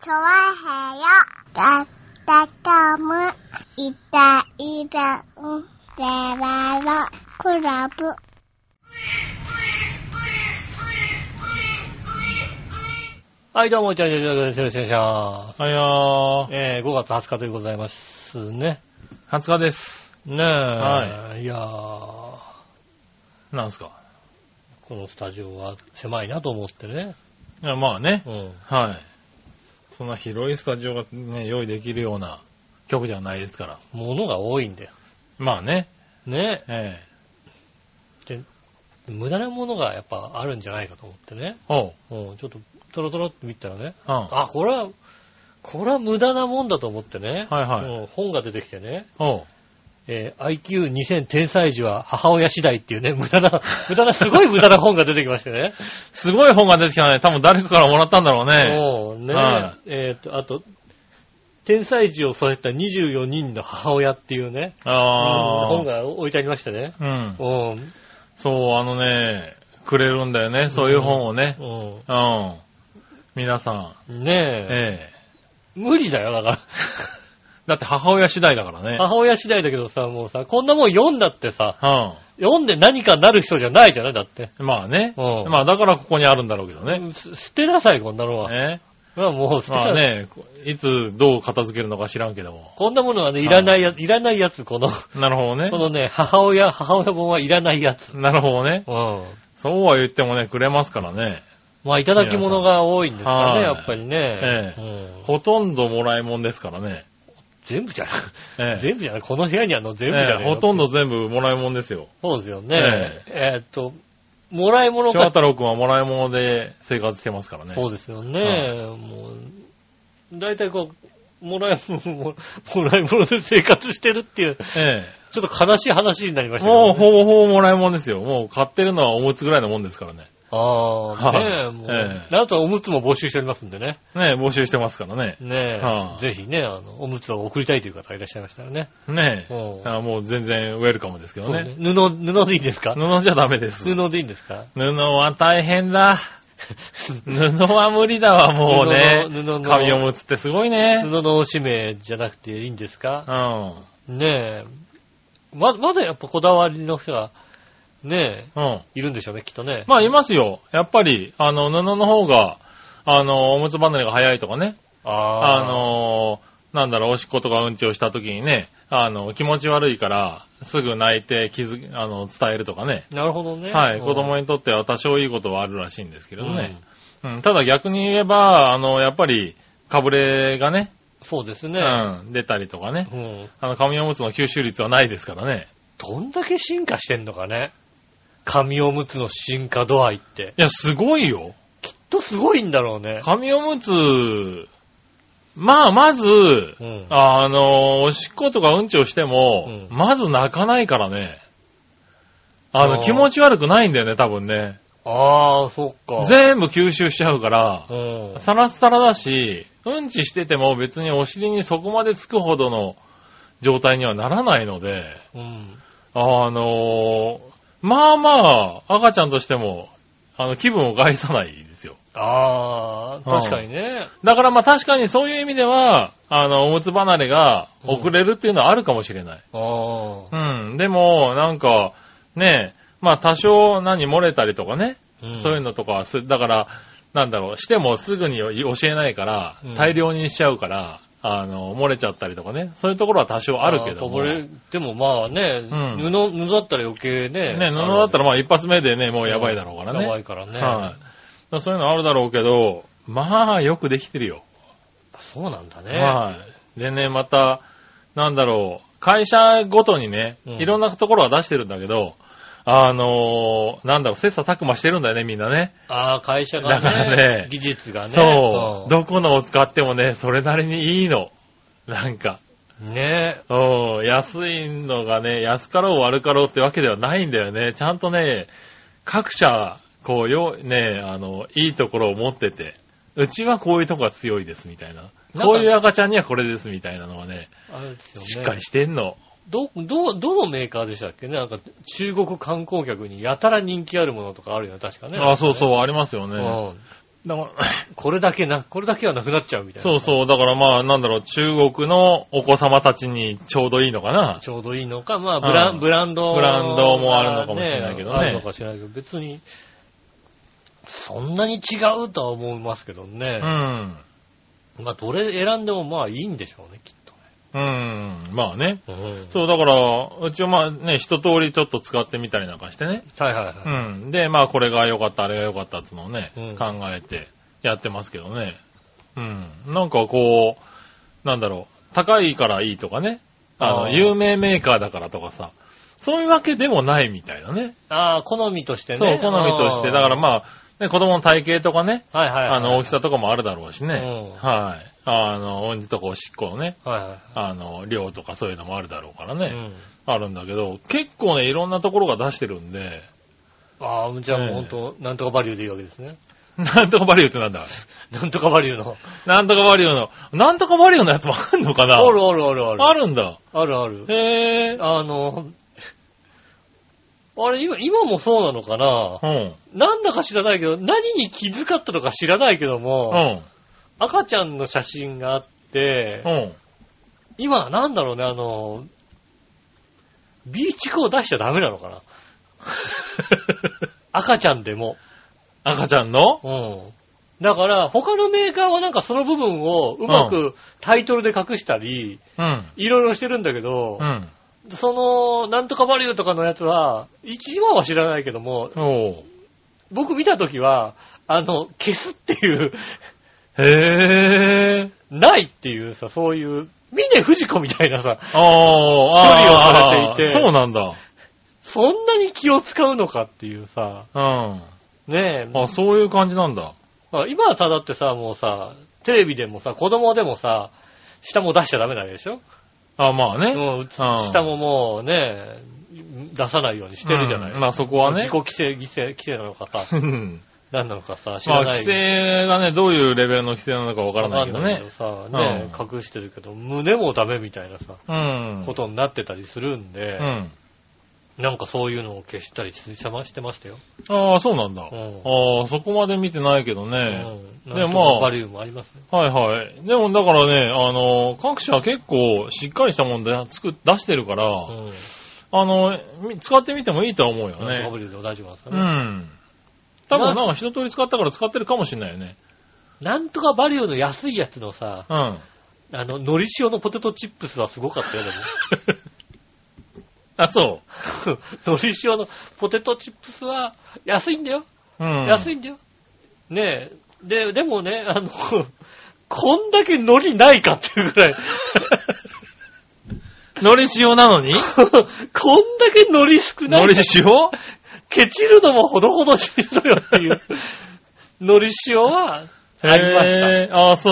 チョワヘヨだったかむいたいらんでららクラブ。 はい、どうも、じゃあ、よろしくお願いします。 はいよ 5月20日でございますね。 20日です。 ねえ。 はい。 いやー、 なんすか。 このスタジオは狭いなと思ってね。 いや、まあね。 うん。 はい。そんな広いスタジオがね、用意できるような曲じゃないですから。 物が多いんだよ。 まあね。 ね。 えで、無駄なものがやっぱあるんじゃないかと思ってね。 おう。 うん、ちょっと、トロトロって見たらね。 うん。 あ、これは無駄なもんだと思ってね。 はいはいうん、本が出てきてね。 おう。 IQ2000 天才児は母親次第っていうね、すごい無駄な本が出てきましてね。 すごい本が出てきたね。多分誰かからもらったんだろうね。 もうね、 はあと、天才児を育てた24人の母親っていうね、本あが置いてありましてね。 あ。うん。 うん。 そう、くれるんだよね。そういう本をね。 ううん。皆さん。 ん。ねえ。 ええ。 無理だよ、だから。 だって母親次第だからね。 母親次第だけどさ、もうさ、こんなもん読んだってさ、 う読んで何かなる人じゃないじゃないだって。 ん。まあね。 うんまあだからここにあるんだろうけどね。 捨てなさい、こんなのは。 ね。 まあもう捨てまたら、 あね、いつどう片付けるのか知らんけども。 こんなものはね、いらないやつ、このなるほどね。 ね、母親本はいらないやつ。 なるほどね。 うん。 そうは言ってもね、くれますからね。 まあ、いただき物が多いんですからね、 はいやっぱりね。 えうん、 ほとんどもらいもんですからね。 全部じゃない。 ええ全部じゃない。この部屋にあるの全部じゃない。 ほとんど全部もらいもんですよ。 そうですよね。もらい物翔太郎くんはもらいもので生活してますからね。 そうですよね。もう、だいたいこう、もらい物で生活してるっていう、 えちょっと悲しい話になりましたけど、ね。 もうほぼほぼもらいもんですよ。もう買ってるのはおむつぐらいのもんですからね。 ああ、ねえ、もう、あとはおむつも募集しておりますんでね。 ねえ、募集してますからね。 ねえ、ぜひね、おむつを送りたいという方がいらっしゃいましたらね。 ねえ、もう全然ウェルカムですけどね。 布でいいんですか？ 布じゃダメです。 布でいいんですか？ 布は大変だ。布は無理だわ、もうね。紙おむつってすごいね。 布のおしめじゃなくていいんですか？ うん。 ねえ。まだやっぱこだわりの人が、ねえ、 うん。 いるんでしょうね、きっとね。 まあ、いますよ。やっぱり、布の方が、おむつ離れが早いとかね。なんだろう、おしっことかうんちをした時にね、気持ち悪いから、すぐ泣いて伝えるとかね。 なるほどね。 はい。子供にとっては多少いいことはあるらしいんですけれどね。うん。ただ逆に言えば、やっぱり、かぶれがね。 そうですね。 うん。出たりとかね。紙おむつの吸収率はないですからね。 どんだけ進化してんのかね。紙おむつの進化度合いって。 いや、すごいよ。 きっとすごいんだろうね。 紙おむつ、まず、おしっことかうんちをしても、まず泣かないからね。気持ち悪くないんだよね、多分ね。 ああ、そっか。 全部吸収しちゃうから、サラッサラだし、うんちしてても別にお尻にそこまでつくほどの状態にはならないので、赤ちゃんとしても、気分を害さないですよ。 ああ、確かにね。 だから確かにそういう意味では、おむつ離れが遅れるっていうのはあるかもしれない。でも、ね、多少漏れたりとかね、そういうのとかはだから、してもすぐに教えないから、大量にしちゃうから、漏れちゃったりとかね、そういうところは多少あるけども。 でも布だったら余計ね。 ね、布だったら一発目でね、もうやばいだろうからね。 やばいからね。 はい。そういうのあるだろうけど、よくできてるよ。 そうなんだね。 はい。でね、また、会社ごとにね、いろんなところは出してるんだけど、切磋琢磨してるんだよね、みんなね。 会社がね。 だからね。 技術がね。 そう。どこのを使ってもね、それなりにいいの。 ね安いのがね、安かろう悪かろうってわけではないんだよね。ちゃんとね、各社、いいところを持ってて、うちはこういうとこが強いですみたいな。こういう赤ちゃんにはこれですみたいなのはね、しっかりしてんの。 どのメーカーでしたっけね？中国観光客にやたら人気あるものとかあるよね、確かね。 そう、ありますよね。 だからこれだけはなくなっちゃうみたいな。 そうそう。だからまあ、なんだろう、中国のお子様たちにちょうどいいのかな。 ちょうどいいのか、まあ、ブランドもあるのかもしれないけどね。 あるのかもしれないけど、別に、そんなに違うとは思いますけどね。 うん。 まあ、どれ選んでもまあいいんでしょうね、きっとね。まあね。 うん。 そう、だから、うちはまあね、一通りちょっと使ってみたりなんかしてね。 はいはいはい。 うん。で、まあこれが良かった、あれが良かったっていうのをね、 うん考えてやってますけどね。うん。なんかこう、なんだろう、高いからいいとかね。有名メーカーだからとかさ。そういうわけでもないみたいなね。 ああ、好みとしてね。 そう、好みとして。だからまあ、ね、子供の体型とかね。 はいはいはい。 大きさとかもあるだろうしね。 うん、 はい。うんちとかおしっこのね。 はいはい。 量とかそういうのもあるだろうからね。 うん。 あるんだけど、結構ね、いろんなところが出してるんで。 ああ、じゃあもうほんと、なんとかバリューでいいわけですね。 なんとかバリューってなんだなんとかバリューの。 なんとかバリューの。なんとかバリューのやつもあるのかな。 あるあるあるある。 あるんだ。 あるある。 へー。あれ、今もそうなのかな。 うん。 なんだか知らないけど、何に気遣ったのか知らないけども、 うん。 赤ちゃんの写真があって、 うん。 今、なんだろうね、ビーチコを出しちゃダメなのかな。赤ちゃんでも。 赤ちゃんのうん。だから、他のメーカーはなんかその部分をうまくタイトルで隠したり、 うん。 いろいろしてるんだけど、 うん。 その、なんとかバリューとかのやつは、一番は知らないけども、僕見たときは、消すっていうへぇー。 ないっていうさ、そういう、峰不二子みたいなさ、 処理をされていて、 そうなんだ。 そんなに気を使うのかっていうさ、 うん。 ねえ。 そういう感じなんだ。 今はただってさ、もうさ、テレビでもさ、子供でもさ、下も出しちゃダメなわけでしょ？ まあね。 下ももうね、出さないようにしてるじゃない。 まあそこはね。 自己規制なのかさ、何なのかさ、知らない。 まあ規制がね、どういうレベルの規制なのかわからないけどね。 さ、ね、隠してるけど、胸もダメみたいなさ、ことになってたりするんで、なんかそういうのを消したりしてましたよ。 ああ、そうなんだ。そこまで見てないけどね。 でもまあ、バリューもありますね。 はいはい。でもだからね、各社結構しっかりしたもんで出してるから、使ってみてもいいとは思うよね。 バリューでも大丈夫なんですかね。 多分なんか一通り使ったから使ってるかもしれないよね。 なんとかバリューの安いやつのさ、海苔塩のポテトチップスはすごかったよ、でも。 あ、そう。 海苔塩のポテトチップスは安いんだよ。安いんだよ。ねえ。でもね、こんだけ海苔ないかっていうぐらい。 海苔塩なのにこんだけ海苔少ない。 海苔塩ケチるのもほどほどしろよっていう。海苔塩はありました。 ああ、そう。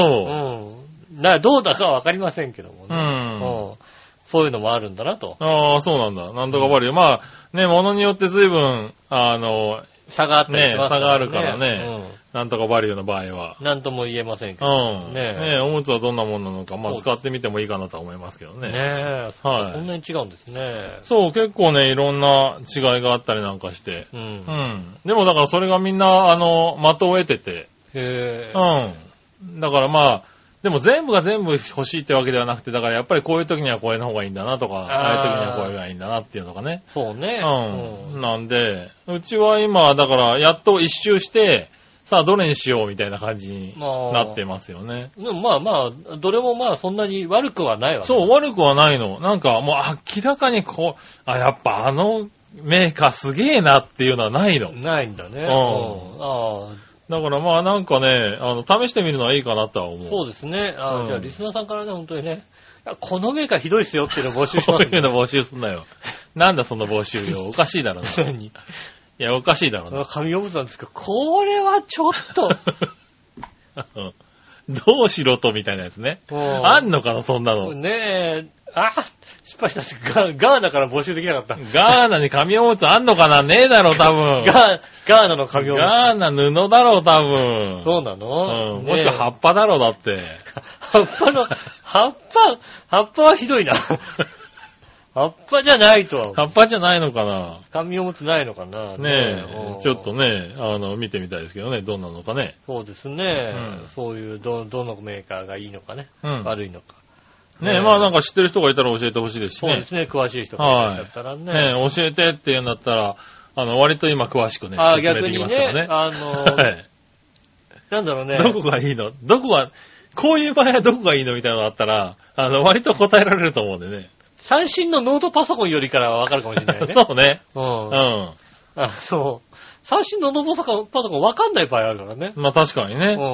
どうだかはわかりませんけどもね。そういうのもあるんだなと。 ああ、そうなんだ。なんとかバリュー。まあ、ね、ものによって随分、 差があったりしますからね。 差があるからね。なんとかバリューの場合は。 なんとも言えませんけど。 ねおむつはどんなもんなのか、まあ使ってみてもいいかなとは思いますけどね。 そんなに違うんですね。 そう、結構ね、いろんな違いがあったりなんかして。でもだからそれがみんな、的を得てて。だからまあ、でも全部が全部欲しいってわけではなくて、だからやっぱりこういう時にはこれの方がいいんだなとか、ああいう時にはこれがいいんだなっていうのがね。 そうね。 なんで、うちは今、だからやっと一周して、さあどれにしようみたいな感じになってますよね。 でもまあまあ、どれもまあそんなに悪くはないわけ。 そう、悪くはないの。なんかもう明らかにこう、やっぱメーカーすげえなっていうのはないの。 ないんだね。 だからまあなんかね、試してみるのはいいかなとは思う。 そうですね。じゃあリスナーさんからね、本当にね、このメーカーひどいっすよっていうのを募集します、ね。 そういうの募集すんなよ。なんだその募集よ。おかしいだろうな。何？いや、おかしいだろうな。 紙おむつなんですけど、これはちょっと。 どうしろとみたいなやつね。あんのかな、そんなの。 ねえ。失敗した。ガーナから募集できなかった。 ガーナに紙おむつあんのかな、ねえだろ、多分。 ガーナの紙おむつ。 ガーナ布だろ、多分。 そうなの？ もしくは葉っぱだろ、だって。 葉っぱはひどいな。 葉っぱじゃないと。 葉っぱじゃないのかな。 紙おむつないのかな。 ねえ、ちょっとね、見てみたいですけどね、どんなのかね。 そうですね。そういう、どのメーカーがいいのかね。悪いのか。 ねえ、まあなんか知ってる人がいたら教えてほしいですしね。 そうですね、詳しい人がいらっしゃったらね。 ねえ、教えてって言うんだったら、割と今詳しくね、 逆にね、なんだろうね。 どこがいいのこういう場合はどこがいいのみたいなのがあったら、割と答えられると思うんでね。 最新のノートパソコンよりからはわかるかもしれないね。 そうね。 そう。最新のノートパソコンわかんない場合あるからね。 まあ確かにね。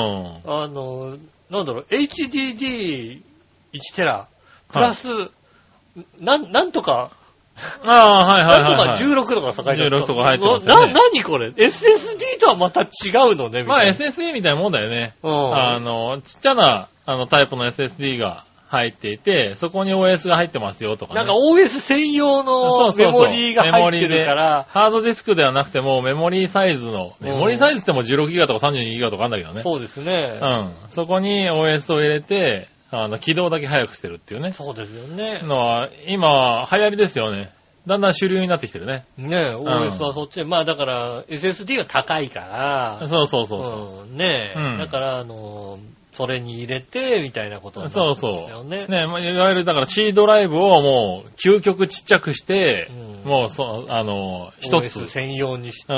なんだろう、HDD1 テラ、プラス、なんとか、なんとか16とか書いてある。 16とか入ってますよね。 何これ ?SSD とはまた違うのねみたいな。 まあ SSD みたいなもんだよね。ちっちゃな、タイプの SSD が入っていて、そこに OS が入ってますよとかね。 なんか OS 専用のメモリーが入ってるから。 ハードディスクではなくてもメモリーサイズの、メモリーサイズっても 16GB とか 32GB とかあるんだけどね。 そうですね。 そこに OS を入れて、起動だけ早くしてるっていうね。 そうですよね。 のは、今、流行りですよね。だんだん主流になってきてるね。 ねえ、OS はそっちで。まあだから、SSD が高いから。 そう。 ねえ、だから、それに入れて、みたいなことなんですよね。 そう。ねえ、まあ、いわゆる、だから C ドライブをもう、究極ちっちゃくして、もう、一つ。 OS 専用にして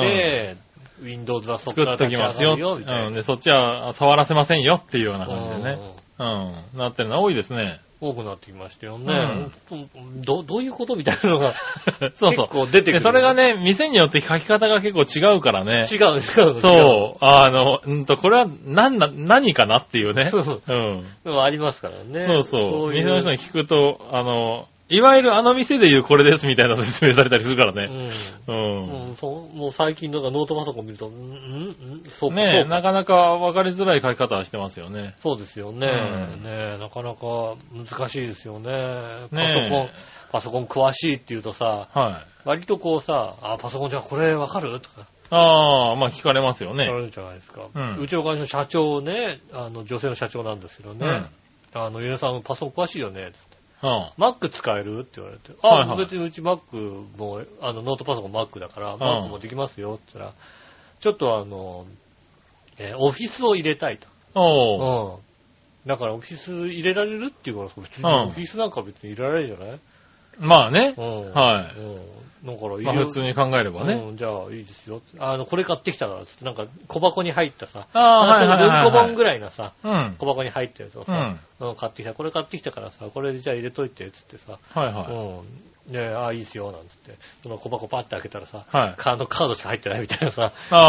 、Windows はそこから作っときますよ。で、そっちは触らせませんよっていうような感じでね。なってるのは多いですね。 多くなってきましたよね。どういうことみたいなのが結構出てくる。 それがね、店によって書き方が結構違うからね。 違う。そう。 これは何かなっていうね。 そう。ありますからね。 そう。店の人に聞くと、いわゆる店で言うこれですみたいな説明されたりするからね。 もう最近のノートパソコン見ると、そうねえ、なかなか分かりづらい書き方はしてますよね。 そうですよね。ねえ、なかなか難しいですよね。パソコン詳しいって言うとさ、割とこうさ、パソコンじゃこれ分かるとか。 まあ聞かれますよね。 聞かれるじゃないですか。うちの会社の社長ね、女性の社長なんですけどね、ゆねさんパソコン詳しいよね、つって。Mac 使えるって言われて。別にうち Mac も、ノートパソコン Mac だから、Mac もできますよって言ったら、ちょっとオフィスを入れたいと。だからオフィス入れられるっていうから、別にオフィスなんか別に入れられるじゃない？ まあね。だから普通に考えればね。 じゃあいいですよ。これ買ってきたからつって、なんか小箱に入ったさ、文庫本ぐらいなさ、小箱に入ったやつをさ、買ってきた。これ買ってきたからさ、これでじゃあ入れといて、つってさ。で、いいですよ、なんつって。その小箱パッて開けたらさ、カードしか入ってないみたいなさ。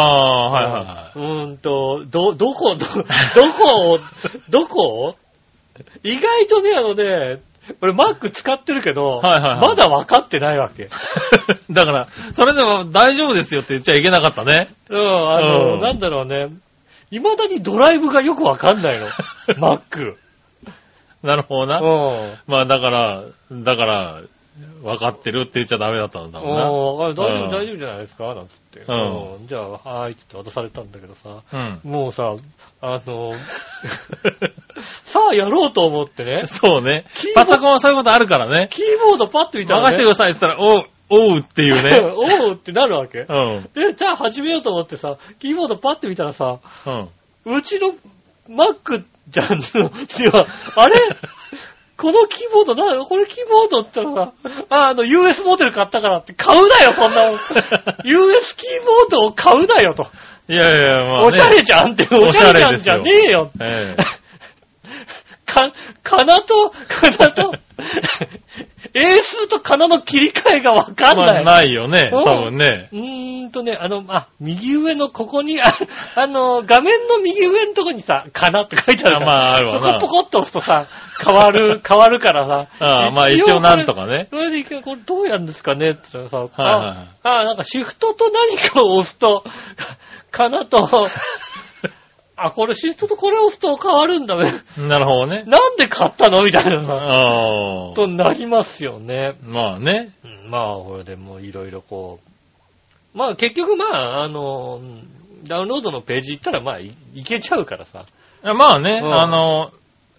どこ意外とね、俺 Mac 使ってるけど、まだ分かってないわけ。 だから、それでも大丈夫ですよって言っちゃいけなかったね。 なんだろうね。未だにドライブがよく分かんないの。Mac。 なるほどな。まあだから、分かってるって言っちゃダメだったんだろうな。 大丈夫じゃないですかなんつって。じゃあ、はーいって渡されたんだけどさ、もうさ、さあやろうと思ってね。 そうね。パソコンはそういうことあるからね。 キーボードパッと見たら、 任してくださいって言ったら、おうっていうね。 おうってなるわけ。で、じゃあ始めようと思ってさ、キーボードパッと見たらさ、うちの Mac じゃん、あれこのキーボードこれキーボードって言ったらさ、US モデル買ったからって買うなよ、そんな。US キーボードを買うなよと。 いや、まあ、 おしゃれじゃんって、おしゃれなんじゃねえよ。かなと、英数とかなの切り替えがわかんない。 まあ、ないよね、多分ね。 右上のここに、画面の右上のとこにさ、かなって書いてあるから。 まあ、あるわな。 そこポコッと押すとさ、変わるからさ。 まあ一応なんとかね。 それでこれどうやるんですかねって言ったらさ、なんかシフトと何かを押すと、かなと、これシフトとこれを押すと変わるんだね。 なるほどね。 なんで買ったのみたいなさ。となりますよね。 まあね。 これでもいろいろこう。結局ダウンロードのページ行ったらいけちゃうからさ。 まあね、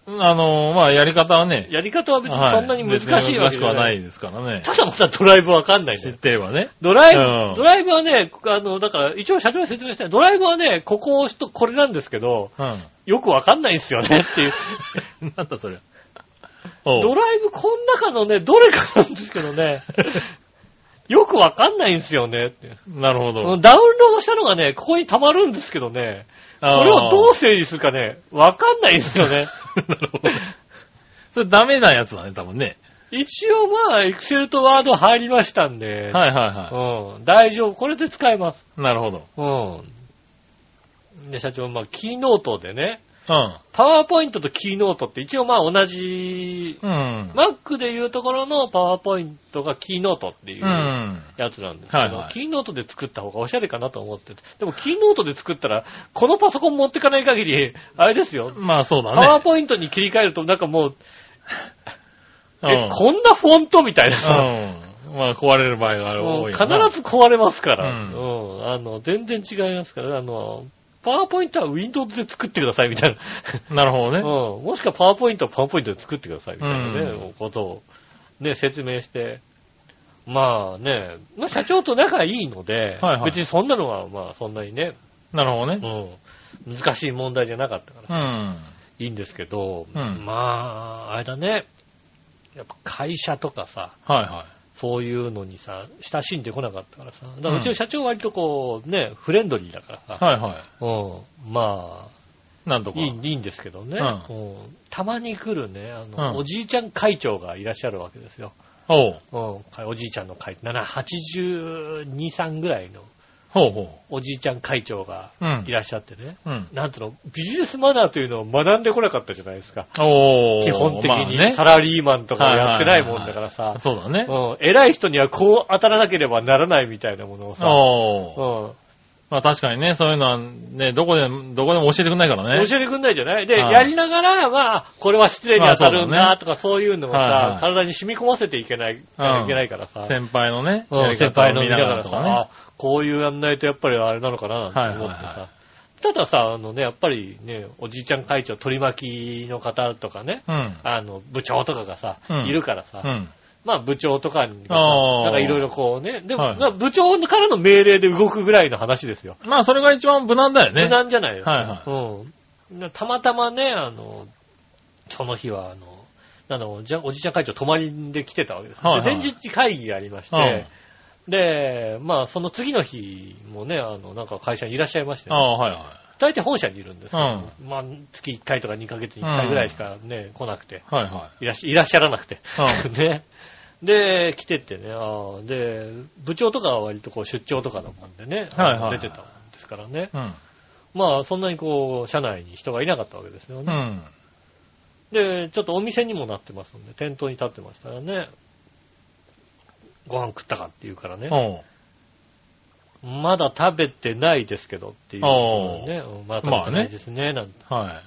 まあ、やり方はね。 やり方は別にそんなに難しいわけじゃない。難しくはないですからね。 ただまだドライブわかんないんだよ。 知ってればね。 ドライブはね、だから、一応社長に説明したい。ドライブはね、これなんですけど、よくわかんないんですよねっていう。 なんだそれ。 ドライブこの中のね、どれかなんですけどね、よくわかんないんですよねって。 なるほど。 ダウンロードしたのがね、ここに溜まるんですけどね、これをどう整理するかね、わかんないんですよね。 なるほど。それダメなやつだね、多分ね。 一応まあ、エクセルとワード入りましたんで。 はいはいはい。 大丈夫。これで使えます。 なるほど。 で、社長、まあ、キーノートでね。 パワーポイントとキーノートって一応まあ同じ、Mac でいうところのパワーポイントがキーノートっていうやつなんですけど、キーノートで作った方がおしゃれかなと思ってて。でもキーノートで作ったら、このパソコン持ってかない限り、あれですよ。 まあそうだね。 パワーポイントに切り替えるとなんかもう、こんなフォントみたいなさ。 まあ壊れる場合が多い。 必ず壊れますから。全然違いますから、パワーポイントは Windows で作ってくださいみたいな。 なるほどね。 もしくはパワーポイントはパワーポイントで作ってくださいみたいなね、ことをね、説明して。まあね、社長と仲いいので、別にそんなのはまあそんなにね。 なるほどね。 難しい問題じゃなかったから。いいんですけど、まあ、あれだね。やっぱ会社とかさ。そういうのにさ、親しんでこなかったからさ。だからうちの社長は割とこう、ね、フレンドリーだからさ。まあ、 なんとか。 いいんですけどね。たまに来るね、おじいちゃん会長がいらっしゃるわけですよ。おじいちゃんの会、82、3ぐらいの。おじいちゃん会長がいらっしゃってね。なんていうの、ビジネスマナーというのを学んでこなかったじゃないですか。基本的にサラリーマンとかやってないもんだからさ。 そうだね。 偉い人にはこう当たらなければならないみたいなものをさ。 まあ確かにね、そういうのはね、どこでも教えてくんないからね。 教えてくんないじゃないで、やりながら、まあ、これは失礼に当たるんだとかそういうのをさ、体に染み込ませていけないからさ。 先輩のね、 先輩の見ながらさ、こういうやんないとやっぱりあれなのかなと思ってさ。たださ、やっぱりね、おじいちゃん会長、取り巻きの方とかね、部長とかがさ、いるからさ、まあ部長とかになんかいろいろこうね。でも、部長からの命令で動くぐらいの話ですよ。 まあそれが一番無難だよね。 無難じゃないですか。たまたまね、その日はおじいちゃん会長泊まりで来てたわけです。で、前日会議がありまして、で、まあその次の日もね、なんか会社にいらっしゃいまして、大体本社にいるんですけど、まあ月1回とか2ヶ月に1回ぐらいしかね、来なくて、いらっしゃらなくて、ね。で、来てってね、で、部長とかは割とこう出張とかだもんでね、出てたもんですからね。まあ、そんなにこう、社内に人がいなかったわけですよね。で、ちょっとお店にもなってますので、店頭に立ってましたらね、ご飯食ったかって言うからね、まだ食べてないですけどっていうね、まだ食べてないですね、なんて。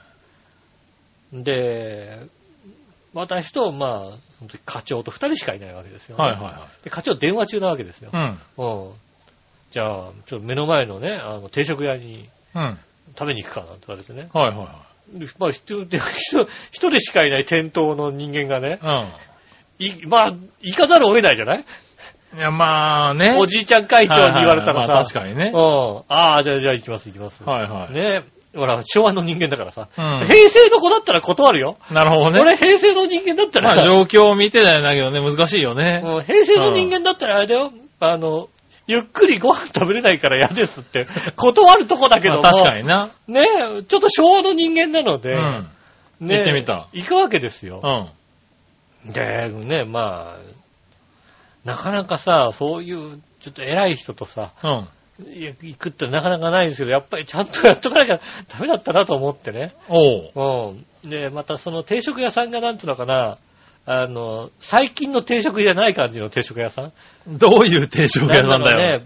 で、私と、まあ、その時課長と2人しかいないわけですよね。で課長電話中なわけですよ。じゃあ、ちょっと目の前のね、定食屋に食べに行くかなんて言われてね。まあ、一人しかいない店頭の人間がね、まあ、行かざるを得ないじゃない？ いや、まあね。 おじいちゃん会長に言われたらさ。 確かにね。 じゃあ行きます。ね。ほら、昭和の人間だからさ。平成の子だったら断るよ。 なるほどね。 俺、平成の人間だったら。 まあ、状況を見てだけどね、難しいよね。 平成の人間だったらあれだよ。ゆっくりご飯食べれないから嫌ですって、断るとこだけども。 確かにな。 ね、ちょっと昭和の人間なので。 ね。行ってみた。 行くわけですよ。で、ね、まあ、なかなかさ、そういう、ちょっと偉い人とさ、行くってなかなかないんですけど、やっぱりちゃんとやっとかなきゃダメだったなと思ってね。で、またその定食屋さんがなんていうのかな、最近の定食じゃない感じの定食屋さん？ どういう定食屋さんだよ。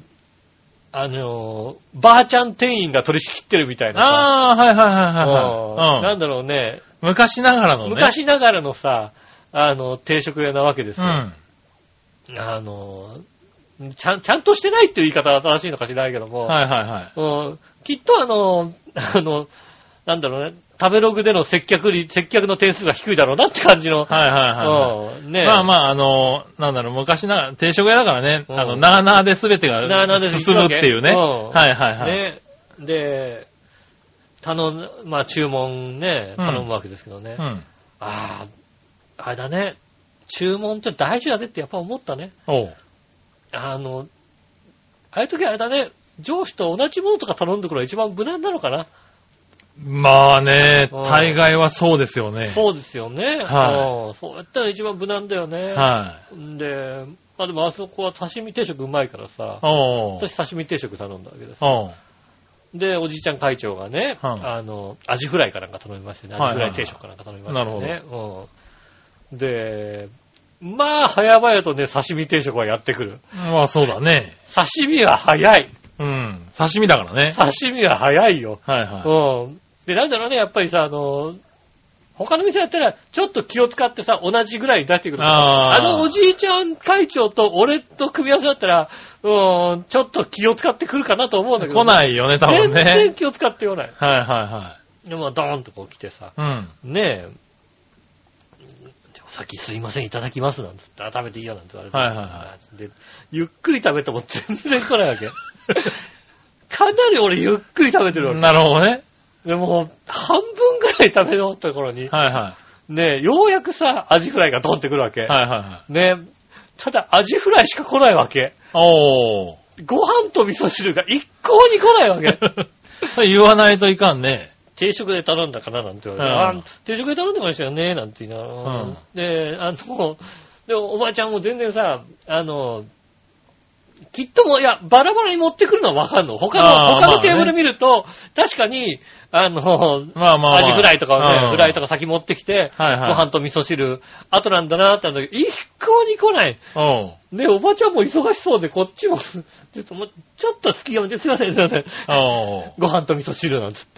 ばあちゃん店員が取り仕切ってるみたいなさ。なんだろうね。 昔ながらのね。 昔ながらのさ、定食屋なわけですよ。ちゃんとしてないっていう言い方は正しいのかしらないけども。きっとなんだろうね、食べログでの接客の点数が低いだろうなって感じの。 はいはいはい。ね、まあまあ、なんだろう、昔定食屋だからね、なーなーで全てが進むっていうね。はいはいはい。 ね、で、まあ注文ね、頼むわけですけどね。あれだね、注文って大事だねってやっぱ思ったね。ああいう時あれだね、上司と同じものとか頼んでくるのが一番無難なのかな。 まあね、大概はそうですよね。 そうですよね。はい。そうやったら一番無難だよね。はい。で、まあでもあそこは刺身定食うまいからさ、私刺身定食頼んだわけですよ。で、おじいちゃん会長がね、アジフライかなんか頼みましてね、アジフライ定食かなんか頼みましてね。なるほど。で、まあ、早々とね、刺身定食はやってくる。 まあそうだね。 刺身は早い。 うん。刺身だからね。 刺身は早いよ。 はいはい。 で、なんだろうね、やっぱりさ、他の店やったら、ちょっと気を使ってさ、同じぐらい出してくる。おじいちゃん会長と俺と組み合わせだったら、ちょっと気を使ってくるかなと思うんだけど、 来ないよね、多分ね。 全然気を使ってこない。 はいはいはい。 でも、ドーンとこう来てさ、ねえ、先すいません、いただきますなんつって、食べていいよなんて言われて。はいはいはい。で、ゆっくり食べても全然来ないわけ。かなり俺ゆっくり食べてるわけ。 なるほどね。 でも、半分ぐらい食べ終わった頃に、はいはい。ね、ようやくさ、アジフライが取ってくるわけ。はいはいはい。ね、ただアジフライしか来ないわけ。ご飯と味噌汁が一向に来ないわけ。 言わないといかんね。 定食で頼んだかななんて言われて、定食で頼んでましたよね、なんて言いながら。で、でもおばあちゃんも全然さ、きっとも、いや、バラバラに持ってくるのはわかんの。他のテーブル見ると、確かに、アジフライとかをね、フライとか先持ってきて、ご飯と味噌汁、後なんだなって言うんだけど、一向に来ない。ね、おばちゃんも忙しそうで、こっちも、ちょっと隙が見て、すいません。ご飯と味噌汁なんつって。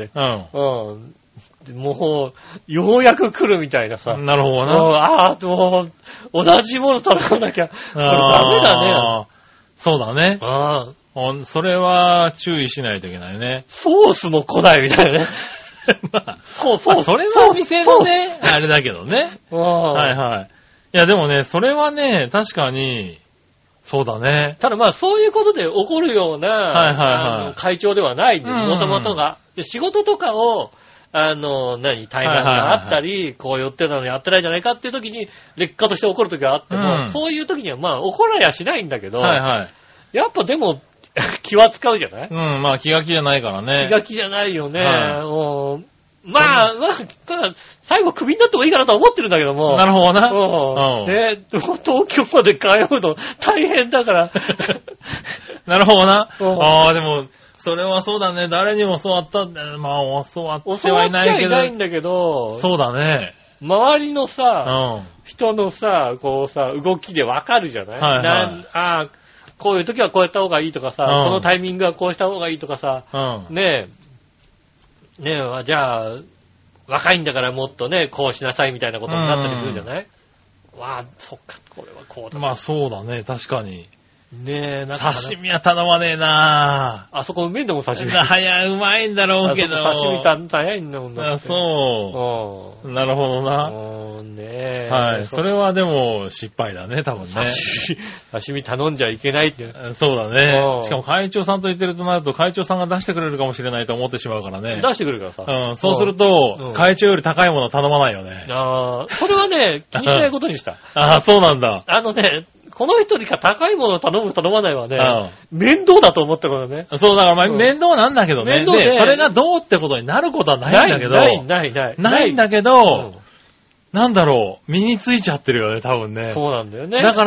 もう、ようやく来るみたいなさ。 なるほどな。 もう、同じもの頼まなきゃ、これダメだね。 そうだね。それは注意しないといけないね。 ソースも来ないみたいなね。 まあ、それは店のね、あれだけどね。はいはい。いやでもね、それはね、確かに、そうだね。 ただまあ、そういうことで起こるような、会長ではないんで、もともとが。仕事とかを、タイマーがあったり、こう寄ってたのやってないじゃないかっていう時に、劣化として起こる時があっても、そういう時にはまあ、怒らやしないんだけど、やっぱでも、気は使うじゃない？ まあ気が気じゃないからね。 気が気じゃないよね。まあ、最後クビになってもいいかなと思ってるんだけども。 なるほどな。 東京まで通うの大変だから。 なるほどな。でも、それはそうだね。誰にも教わったんだよ。まあ、教わってはいないけど。教わっちゃいないんだけど。 そうだね。 周りのさ、人のさ、こうさ、動きでわかるじゃない？こういう時はこうやった方がいいとかさ、このタイミングはこうした方がいいとかさ、ねえ、じゃあ、若いんだからもっとね、こうしなさいみたいなことになったりするじゃない？そっか、これはこうだ。 まあそうだね、確かに。 ねえ、 刺身は頼まねえなあそこうめえんだもん、刺身。 うまいんだろうけど。 刺身早いんだもんだって。 そう。なるほどな。 ねえ。 はい。それはでも失敗だね、多分ね。 刺身頼んじゃいけないって。 そうだね。しかも会長さんと言ってるとなると、会長さんが出してくれるかもしれないと思ってしまうからね。 出してくるからさ。 そうすると、会長より高いもの頼まないよね。 それはね、気にしないことにした。 そうなんだ。 この人にか高いものを頼まないはね、面倒だと思ったことね。 そう、だから面倒なんだけどね。で、それがどうってことになることはないんだけど。ないんだけど、なんだろう、身についちゃってるよね、多分ね。 そうなんだよね。 だから、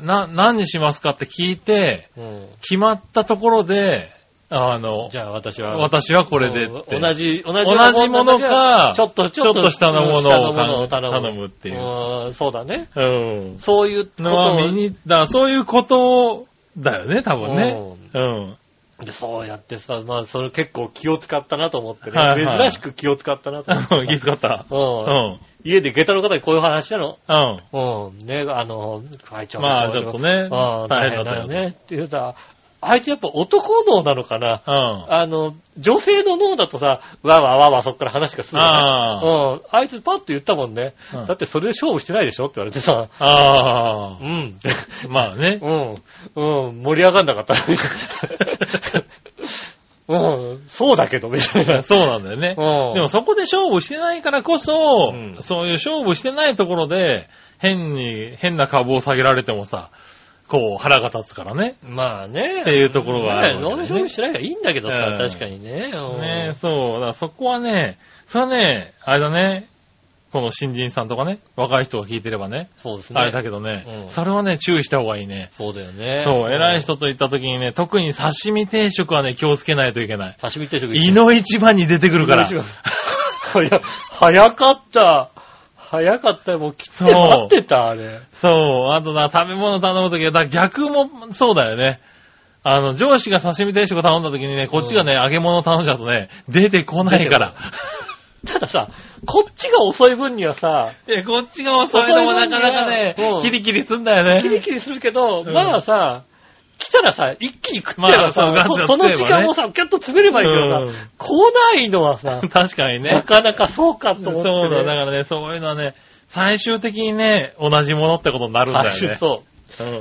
何にしますかって聞いて、決まったところで、じゃあ私はこれでって。 同じものか、 ちょっと下のものを頼むっていう。 そうだね。そういうことを。そういうことだよね、多分ね。 で、そうやってさ、まあ、それ結構気を使ったなと思ってね。珍しく気を使ったなと思って。 気使った。 家で下駄の方にこういう話したの。ね、会長まあ、ちょっとね、 大変だよね。って言うたら、 あいつやっぱ男脳なのかな。女性の脳だとさ、わわわわそっから話がするよね。あいつパッと言ったもんね。だってそれで勝負してないでしょって言われてさ。まあね。盛り上がんなかった。そうだけど、みたいな。 そうなんだよね。でもそこで勝負してないからこそ、そういう勝負してないところで、変な株を下げられてもさ、こう、腹が立つからね。 まあね。 っていうところがある、ね。 ノー勝負しないからいいんだけどさ、確かにね。 ね、そう。だからそこはね、それはね、あれだね、この新人さんとかね、若い人が聞いてればね。 そうですね。 あれだけどね、それはね、注意した方がいいね。 そうだよね。 そう、偉い人と行った時にね、特に刺身定食はね、気をつけないといけない。 刺身定食胃の一番に出てくるから。 早かった。早かったよ。もう来て待ってた、あれ。 そう。あとな、食べ物頼むときは、逆もそうだよね。上司が刺身定食頼んだときにね、こっちがね、揚げ物頼んじゃうとね、出てこないから。 たださ、こっちが遅い分にはさ、 こっちが遅いのもなかなかね、キリキリすんだよね。 キリキリするけど、まあさ、来たらさ、一気に食っちゃえばさ、その時間をさ、キャッと詰めればいいけどさ、来ないのはさ、 確かにね。 なかなかそうかと思って、ね。 そうだ、だからね、そういうのはね、最終的にね、同じものってことになるんだよね。 そう。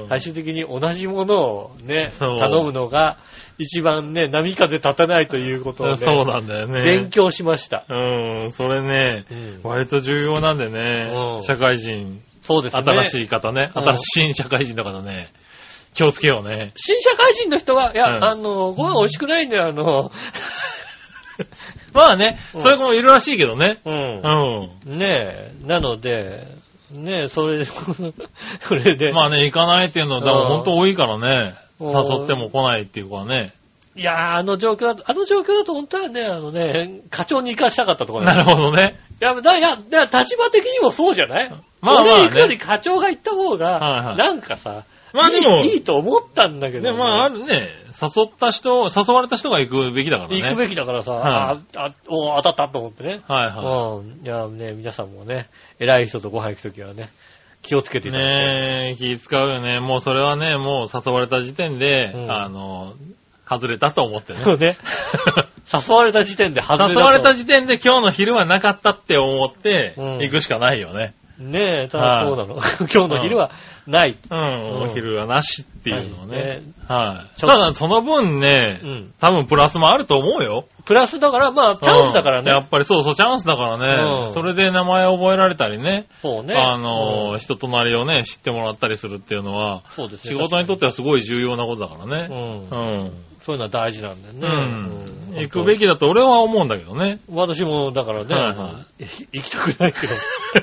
最終的に同じものをね、頼むのが、一番ね、波風立たないということをね、 そうなんだよね。 勉強しました。 それね、割と重要なんでね、社会人。 そうですね。 新しい方ね、新社会人の方ね。気をつけようね。 新社会人の人は、いや、ご飯美味しくないんだよ、 まあね、そういう子もいるらしいけどね。 ねえ、なので、ねえ、それで。 まあね、行かないっていうのは、だから本当多いからね、誘っても来ないっていう子はね。 いやあの状況だと本当はね、課長に行かしたかったところなるほどね。 いや、立場的にもそうじゃない？ まあまあ、ね。 俺行くより課長が行った方が、なんかさ、 まあでもいいと思ったんだけど、ね。 でもまああるね、誘われた人が行くべきだからね。 行くべきだからさ、当たったと思ってね。いやね、皆さんもね、偉い人とご飯行くときはね、気をつけていただいて。 ねえ、気使うよね。もうそれはね、もう誘われた時点で、外れたと思ってね。 そうね。誘われた時点で外れた。誘われた時点で今日の昼はなかったって思って、行くしかないよね。 ねえ、ただそうなの。今日の昼はない。 お昼はなしっていうのね。はい。ただその分ね、多分プラスもあると思うよ。 プラスだから、まあ、チャンスだからね。 やっぱりそう、チャンスだからね。それで名前を覚えられたりね。 そうね。 人となりをね、知ってもらったりするっていうのは、 そうですね。 仕事にとってはすごい重要なことだからね。 そういうのは大事なんだよね。 行くべきだと俺は思うんだけどね。 私も、だからね、行きたくないけど。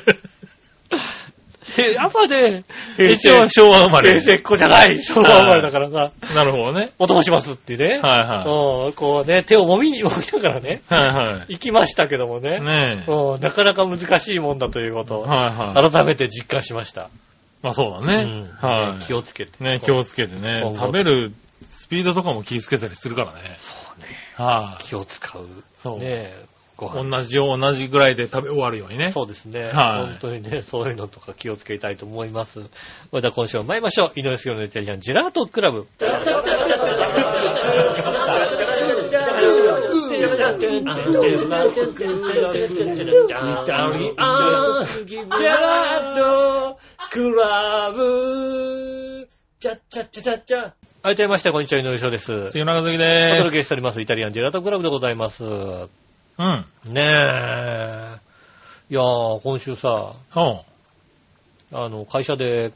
やっぱね、 一応昭和生まれ。 平成っ子じゃない。昭和生まれだからさ。 なるほどね。 お供しますってね。こうね、手をもみながらね。行きましたけどもね。なかなか難しいもんだということを、改めて実感しました。 まあそうだね。 気をつけて。 ね、気をつけてね。食べるスピードとかも気をつけたりするからね。 そうね。気を使う。 そう。 ね同じぐらいで食べ終わるようにね。 そうですね。本当にね、そういうのとか気をつけたいと思います。それでは今週も参りましょう。井上杉のイタリアンジェラートクラブ。はい、というまして、こんにちは、井上翔です。 杉村和樹です。 お届けしております、イタリアンジェラートクラブでございます。ねえ。いやー、今週さ、会社で、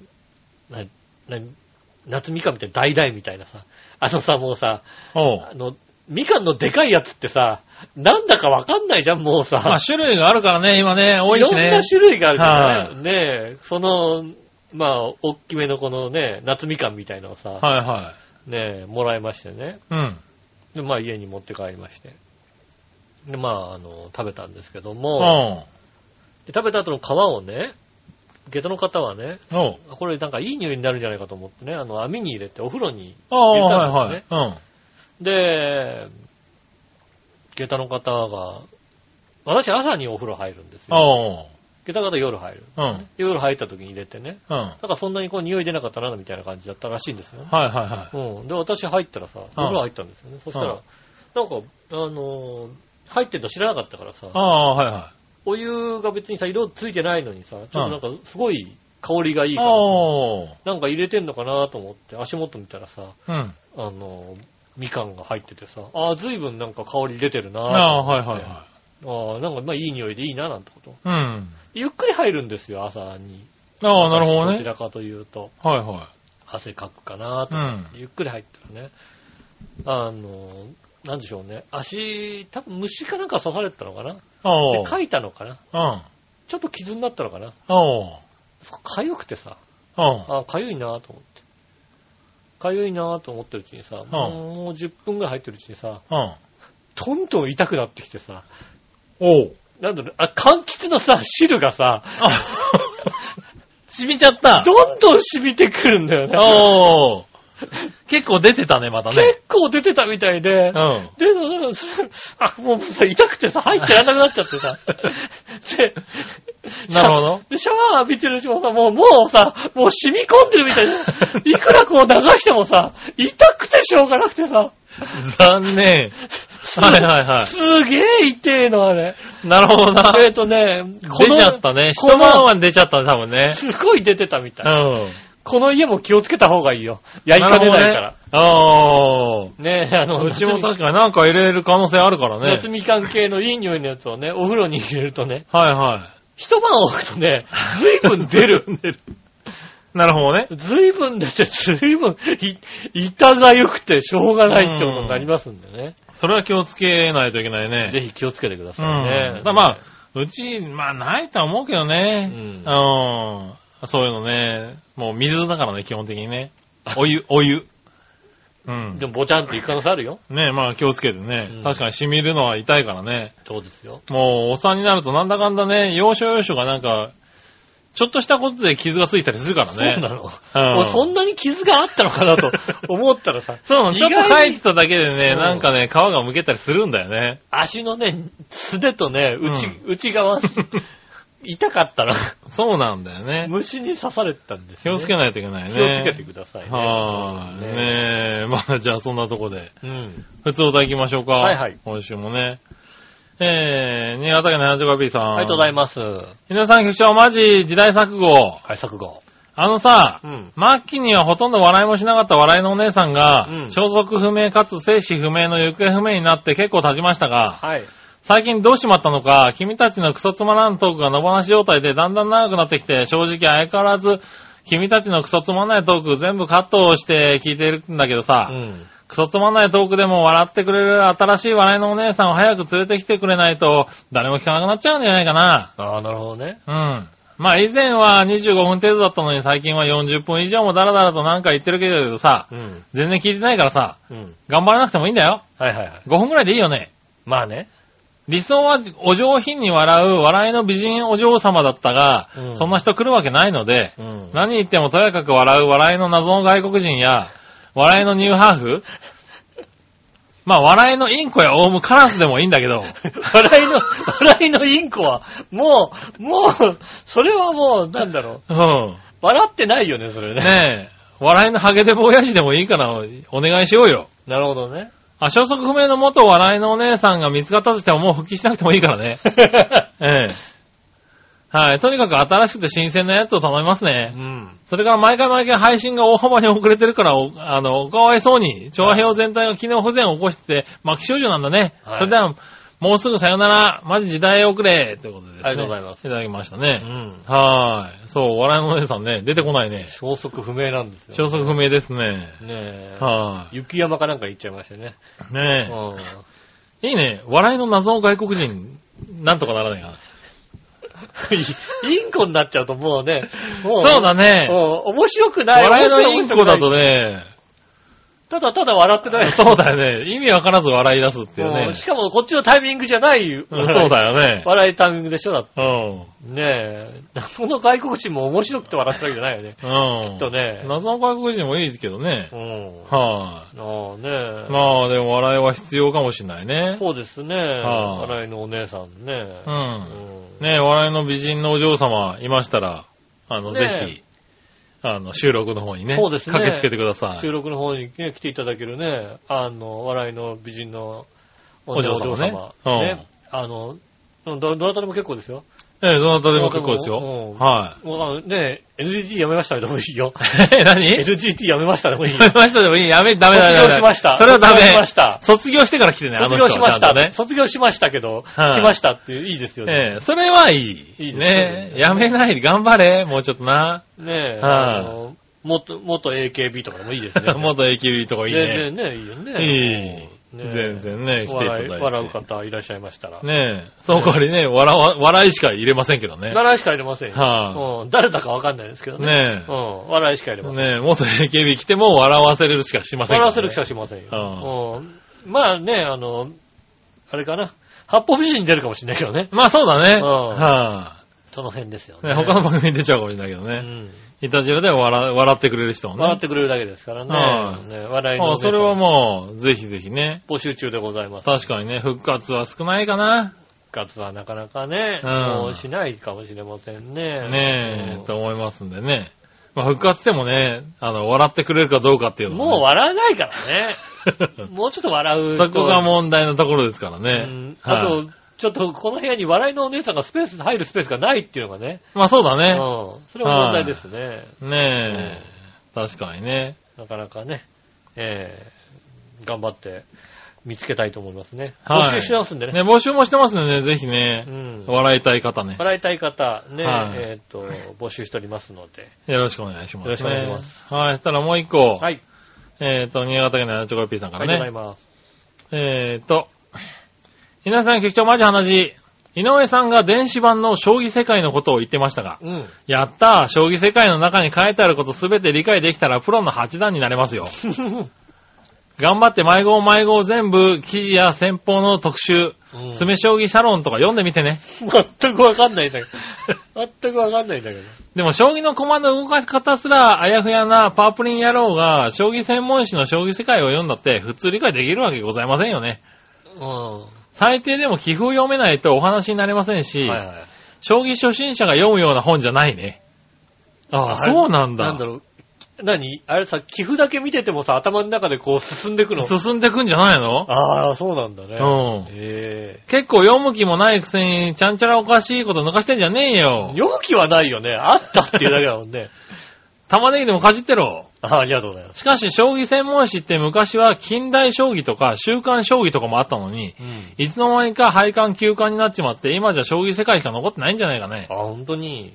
夏みかんみたいな大みたいなさ、もうさ、みかんのでかいやつってさ、なんだかわかんないじゃん、もうさ。 まあ種類があるからね、今ね、多いしね。 いろんな種類があるからね。ねえ、まあ、おっきめのこのね、夏みかんみたいなのをさ、ねえ、もらいましてね。で、まあ家に持って帰りまして。で、まあ、食べたんですけども、で食べた後の皮をね、下駄の方はね、これなんかいい匂いになるんじゃないかと思ってね、網に入れてお風呂に入れたんですね。で、下駄の方が、私朝にお風呂入るんですよ。 下駄方夜入る。 うん。 夜入った時に入れてね。 うん。 だからそんなにこう匂い出なかったな、みたいな感じだったらしいんですよ。 はいはいはい。 うん。で、私入ったらさ、お風呂入ったんですよね。そしたら、なんか、入ってるの知らなかったからさ、 はいはい。 お湯が別にさ、色ついてないのにさ、ちょっとなんかすごい香りがいいから、なんか入れてんのかなと思って足元見たらさ、 うん。 みかんが入っててさ、随分なんか香り出てるなぁ。 はいはいはい。なんかまあいい匂いでいいななんてこと。 うん。 ゆっくり入るんですよ、朝に。 なるほどね。 どちらかというと。 はいはい。 汗かくかなと思って、ゆっくり入ったらね。なんでしょうね。足、多分虫かなんか刺されてたのかな。で、かいたのかな。ちょっと傷になったのかな。かゆくてさ。かゆいなと思って。かゆいなと思ってるうちにさ、もう10分ぐらい入ってるうちにさ、どんどん痛くなってきてさ、なんだろう、柑橘のさ、汁がさ、 染みちゃった。 どんどん染みてくるんだよね。 結構出てたね、またね。 結構出てたみたいで、で、もうさ、痛くてさ、入ってらなくなっちゃってさ。で、 なるほど。 で、シャワー浴びてるうちもさ、もうさ、もう染み込んでるみたいで、いくらこう流してもさ、痛くてしょうがなくてさ。 残念。はいはいはい。 すげえ痛えの、あれ。 なるほどな。 出ちゃったね。 一晩は出ちゃったね、多分ね。 すごい出てたみたい。この家も気をつけた方がいいよ。やりかねないから。ねえ、 うちも確かになんか入れる可能性あるからね。 夏みかん系のいい匂いのやつをね、お風呂に入れるとね。 はいはい。 一晩置くとね、ずいぶん出る。 なるほどね。 ずいぶん出て、ずいぶん、板が良くてしょうがないってことになりますんでね。 それは気をつけないといけないね。 ぜひ気をつけてくださいね。 まあ、うち、ないとは思うけどね。そういうのね。もう水だからね、基本的にね。お湯。 でも、ぼちゃんっていく可能性あるよ。 ね気をつけてね。確かに染みるのは痛いからね。 そうですよ。 もう、おっさんになるとなんだかんだね、要所要所がなんか、ちょっとしたことで傷がついたりするからね。 そうなの。そんなに傷があったのかなと思ったらさ。 そう、ちょっと書いてただけでね、なんかね、皮がむけたりするんだよね。 足のね、素手とね、内側、痛かったら。 そうなんだよね。 虫に刺されてたんですよ、 気をつけないといけないね。 気をつけてくださいね。じゃあそんなとこで。普通歌行きましょうか。 はいはい。 今週もね。新潟県の八丁 B さん。 ありがとうございます。 皆さん局長、マジ時代錯誤。 はい、錯誤。 末期にはほとんど笑いもしなかった笑いのお姉さんが、消息不明かつ生死不明の行方不明になって結構経ちましたが、最近どうしまったのか、君たちのクソつまらんトークが野放し状態でだんだん長くなってきて、正直相変わらず、君たちのクソつまんないトーク全部カットして聞いてるんだけどさ、クソつまんないトークでも笑ってくれる新しい笑いのお姉さんを早く連れてきてくれないと、誰も聞かなくなっちゃうんじゃないかな。 なるほどね。 以前は25分程度だったのに最近は40分以上もダラダラとなんか言ってるけどさ、全然聞いてないからさ、頑張らなくてもいいんだよ。5分くらいでいいよね。 まあね。 理想はお上品に笑う笑いの美人お嬢様だったが、そんな人来るわけないので、何言ってもとやかく笑う笑いの謎の外国人や、笑いのニューハーフ笑いのインコやオウムカラスでもいいんだけど。 笑いのインコは、もう、それはもう、なんだろう。笑ってないよね、それね。 ねえ。笑いのハゲデブ親父でもいいからお願いしようよ。 なるほどね。 消息不明の元笑いのお姉さんが見つかったとしてももう復帰しなくてもいいからね。はい。とにかく新しくて新鮮なやつを頼みますね。それから毎回配信が大幅に遅れてるから、おかわいそうに、調和表全体が機能不全を起こしてて、末期症状なんだね。それでは、もうすぐさよなら、マジ時代遅れ、ということでですね。 ありがとうございます。 いただきましたね。はい。そう、笑いのお姉さんね、出てこないね。 消息不明なんですよ。 消息不明ですね。 はい。雪山かなんか行っちゃいましたね。いいね。笑いの謎の外国人、なんとかならないかな。 インコになっちゃうともうね、 そうだね。 面白くない。 笑いのインコだとね、 ただ笑ってない。 そうだよね。意味わからず笑い出すっていうね。 しかもこっちのタイミングじゃない。 そうだよね。 笑いタイミングでしょだって。ねえ。その外国人も面白くて笑ったわけじゃないよね。きっとね。 謎の外国人もいいですけどね。はい。でも笑いは必要かもしれないね。 そうですね。笑いのお姉さんね。 ね、笑いの美人のお嬢様いましたら、ぜひ、収録の方にね、そうですね。駆けつけてください。 収録の方にね、来ていただけるね、笑いの美人のお嬢様ね。どなたでも結構ですよ。 どなたでも結構ですよ。はい。 ねえ、NGT やめましたでもいいよ。 何 ?NGT やめましたでもいいよ。 やめましたでもいい。ダメ。卒業しました。 それはダメ。 卒業してから来てね、 卒業しましたね。 卒業しましたけど、来ましたっていいですよね。 それはいい。いいね。やめないで頑張れ。もうちょっとな。 ねえ、元 AKB とかでもいいですね。 元 AKB とかいいね。 全然ね、いいよね。 いい。全然ね、来ていただいて。 笑う方いらっしゃいましたら。 ねえ。その代わりね、笑いしか入れませんけどね。 笑いしか入れませんよ。誰だかわかんないですけどね。 ねえ。 笑いしか入れません。 ねえ、元 AKB 来ても笑わせれるしかしません。 笑わせるしかしませんよ。まあね、あれかな。八方美人に出るかもしれないけどね。 まあそうだね。 その辺ですよね。 他の番組に出ちゃうかもしれないけどね。いたじらで笑ってくれる人もね。 笑ってくれるだけですからね。笑いの。 それはもう、ぜひぜひね。 募集中でございます。 確かにね、復活は少ないかな。 復活はなかなかね、もうしないかもしれませんね。 ねえ、と思いますんでね。まあ、復活してもね、笑ってくれるかどうかっていうのもう笑わないからね。もうちょっと笑う。 そこが問題のところですからね。 あと、ちょっとこの部屋に笑いのお姉さんが入るスペースがないっていうのがね。 まあそうだね。 それは問題ですね。 ねえ。確かにね。 なかなかね、頑張って見つけたいと思いますね。募集してますんでね。 ね、募集もしてますんでね、ぜひね、笑いたい方ね。 笑いたい方、ね、募集しておりますので。 よろしくお願いします。 よろしくお願いします。 はい、そしたらもう一個。はい。新潟県のチョコヨッピーさんからね。 ありがとうございます。 皆さん、局長マジ話。井上さんが電子版の将棋世界のことを言ってましたが、やったー、将棋世界の中に書いてあることすべて理解できたらプロの八段になれますよ。頑張って迷子全部記事や先方の特集、詰将棋サロンとか読んでみてね。 全くわかんないんだけど。全くわかんないんだけど。 でも将棋の駒の動かし方すらあやふやなパープリン野郎が将棋専門誌の将棋世界を読んだって普通理解できるわけございませんよね。最低でも棋譜読めないとお話になれませんし、将棋初心者が読むような本じゃないね。ああ、そうなんだ。 なんだろう。あれさ、棋譜だけ見ててもさ、頭の中でこう進んでくの？ 進んでくんじゃないの？ ああ、そうなんだね。 結構読む気もないくせに、ちゃんちゃらおかしいこと抜かしてんじゃねえよ。 読む気はないよね。あったっていうだけだもんね。 玉ねぎでもかじってろ。 ありがとうございます。 しかし、将棋専門誌って昔は近代将棋とか週刊将棋とかもあったのに、いつの間にか廃刊休刊になっちまって、今じゃ将棋世界しか残ってないんじゃないかね。 本当に。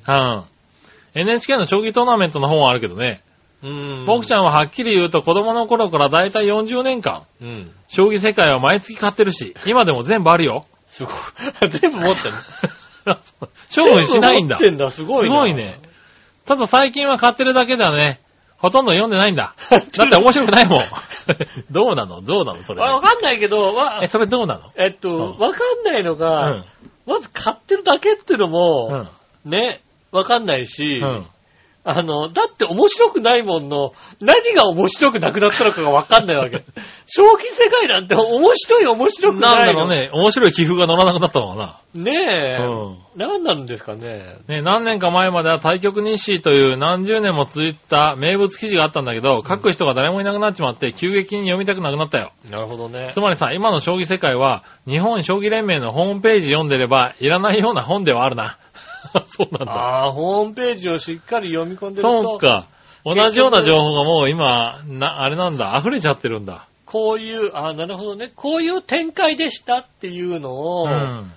NHK の将棋トーナメントの本はあるけどね。僕ちゃんははっきり言うと子供の頃からだいたい40年間、将棋世界は毎月買ってるし、今でも全部あるよ。 すごい。全部持ってんの勝負しないんだ。 全部持ってんだ、すごいな。 すごいね。ただ最近は買ってるだけだね。ほとんど読んでないんだ。だって面白くないもん。どうなのそれ。 わかんないけど、 それどうなのわかんないのが、まず買ってるだけっていうのも、ね、わかんないし、だって面白くないもんの、何が面白くなくなったのかがわかんないわけ。将棋世界なんて面白くないの。 なんだろうね、面白い棋譜が乗らなくなったのかな。 ねえ。何なんですかね。 ね、何年か前までは対局日誌という何十年も続いた名物記事があったんだけど、書く人が誰もいなくなっちまって急激に読みたくなくなったよ。 なるほどね。 つまりさ、今の将棋世界は、日本将棋連盟のホームページ読んでれば、いらないような本ではあるな。そうなんだ。 ホームページをしっかり読み込んでると。 そうか。同じような情報がもう今、あれなんだ、溢れちゃってるんだ。 こういう、なるほどね。こういう展開でしたっていうのを、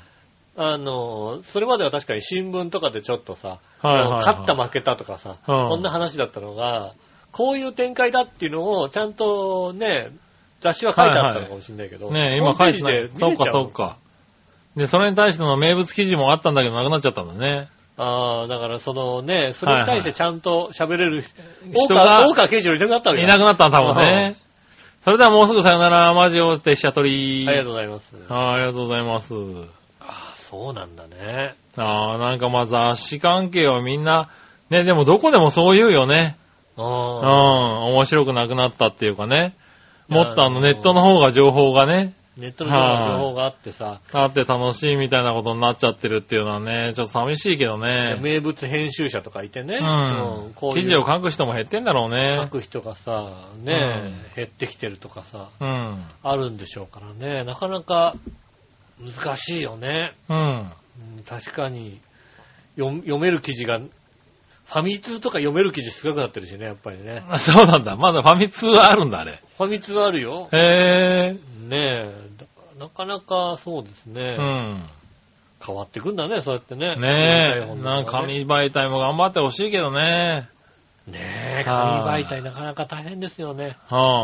それまでは確かに新聞とかでちょっとさ、勝った負けたとかさ、こんな話だったのが、こういう展開だっていうのをちゃんとね、雑誌は書いてあったのかもしれないけど。 ね、今書いてない。そうか。で、それに対しての名物記事もあったんだけどなくなっちゃったんだね。 だからそのね、それに対してちゃんと喋れる人が、大川刑事よりいなくなったわけだ。 いなくなったんだ多分ね。それではもうすぐさよなら、マジオ鉄車取り。 ありがとうございます。 ありがとうございます。 そうなんだね。 なんか雑誌関係はみんな、ね、でもどこでもそう言うよね。面白くなくなったっていうかね。もっとネットの方が情報がね、 ネットの情報があってさ。 あって楽しいみたいなことになっちゃってるっていうのはね、ちょっと寂しいけどね。 名物編集者とかいてね。 こういう記事を書く人も減ってんだろうね。 書く人がさ、ね、減ってきてるとかさ、あるんでしょうからね。なかなか難しいよね。確かに読める記事が、ファミ通とか読める記事少なくなってるしね、やっぱりね。 そうなんだ。まだファミ通はあるんだ、あれ。 ファミ通あるよ。 へねえ。なかなかそうですね。変わってくんだね、そうやってね。 ねえ。なんか紙媒体も頑張ってほしいけどね。 ねえ、紙媒体なかなか大変ですよね。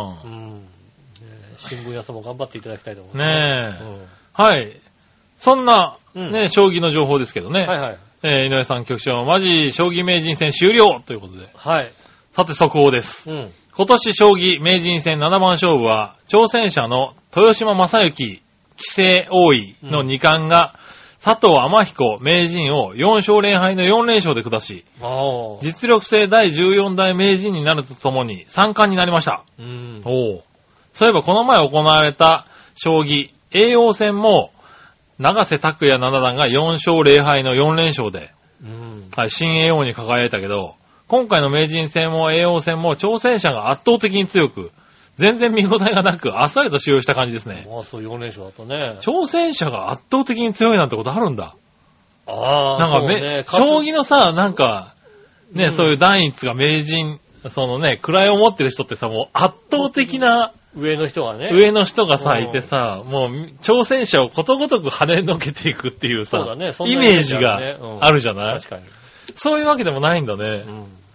新聞屋さんも頑張っていただきたいと思います。 ねえ。はい。そんな、ね、将棋の情報ですけどね。 はいはい。 井上さん局長、マジ将棋名人戦終了ということで。 はい。 さて速報です。今年将棋名人戦7番勝負は、挑戦者の豊島将之、棋聖王位の2冠が、佐藤天彦名人を4勝0敗の4連勝で下し、実力性第14代名人になるとともに3冠になりました。そういえばこの前行われた将棋、叡王戦も、永瀬拓也七段が4勝0敗の4連勝で、新叡王に輝いたけど、今回の名人戦も叡王戦も挑戦者が圧倒的に強く、全然見応えがなく、あっさりと使用した感じですね。 そう4連勝だとね。 挑戦者が圧倒的に強いなんてことあるんだ。なんかね、 将棋のさ、なんか、ね、そういう段一が名人、そのね、位を持ってる人ってさ、もう圧倒的な、 上の人がね。 上の人がさ、いてさ、もう、挑戦者をことごとく跳ねのけていくっていうさ、イメージがあるじゃない？ 確かに。 そういうわけでもないんだね。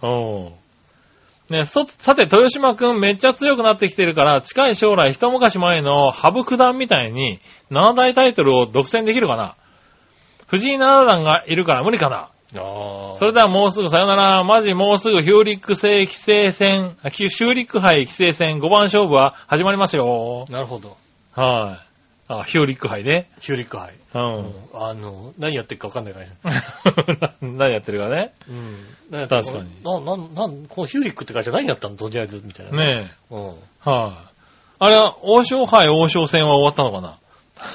ね、さて、豊島くんめっちゃ強くなってきてるから、近い将来一昔前の羽生九段みたいに、7大タイトルを独占できるかな？藤井七段がいるから無理かな？それではもうすぐさよなら。マジもうすぐヒューリック制棋聖戦、シューリック杯棋聖戦5番勝負は始まりますよ。 なるほど。 はい。ヒューリック杯ね。 ヒューリック杯。何やってるか分かんないからね。何やってるかね。確かに。 このヒューリックって会社何やったのとりあえず、みたいな。 ねえ。はい。あれは、王将杯、王将戦は終わったのかな？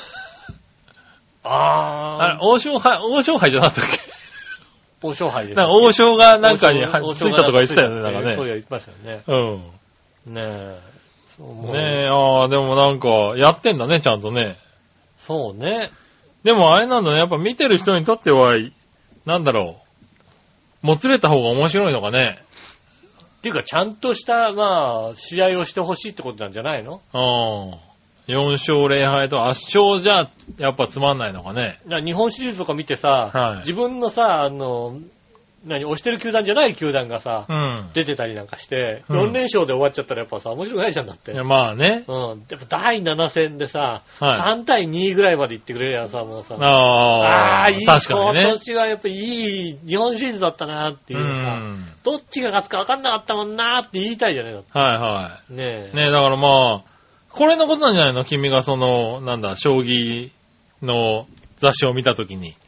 あれ、王将杯じゃなかったっけ？ 王将杯です。 なんか王将がなんかについたとか言ってたよね、なんかね。 そう言ってましたよね。ねえ。 ねえ、でもなんか、やってんだね、ちゃんとね。 そうね。 でもあれなんだね、やっぱ見てる人にとっては、なんだろう。もつれた方が面白いのかね。 っていうか、ちゃんとした、試合をしてほしいってことなんじゃないの ？4勝0敗と圧勝じゃ、やっぱつまんないのかね。 日本シリーズとか見てさ、自分のさ、押してる球団じゃない球団がさ、出てたりなんかして、4連勝で終わっちゃったらやっぱさ、面白くないじゃんだって。 いや、まあね。 やっぱ第7戦でさ、3対2ぐらいまで行ってくれりゃさ、もうさ、いい、 確かにね。 今年はやっぱいい日本シリーズだったなっていうさ、どっちが勝つか分かんなかったもんなって言いたいじゃないの。ねえ、だからまあ、これのことなんじゃないの？君が将棋の雑誌を見たときに、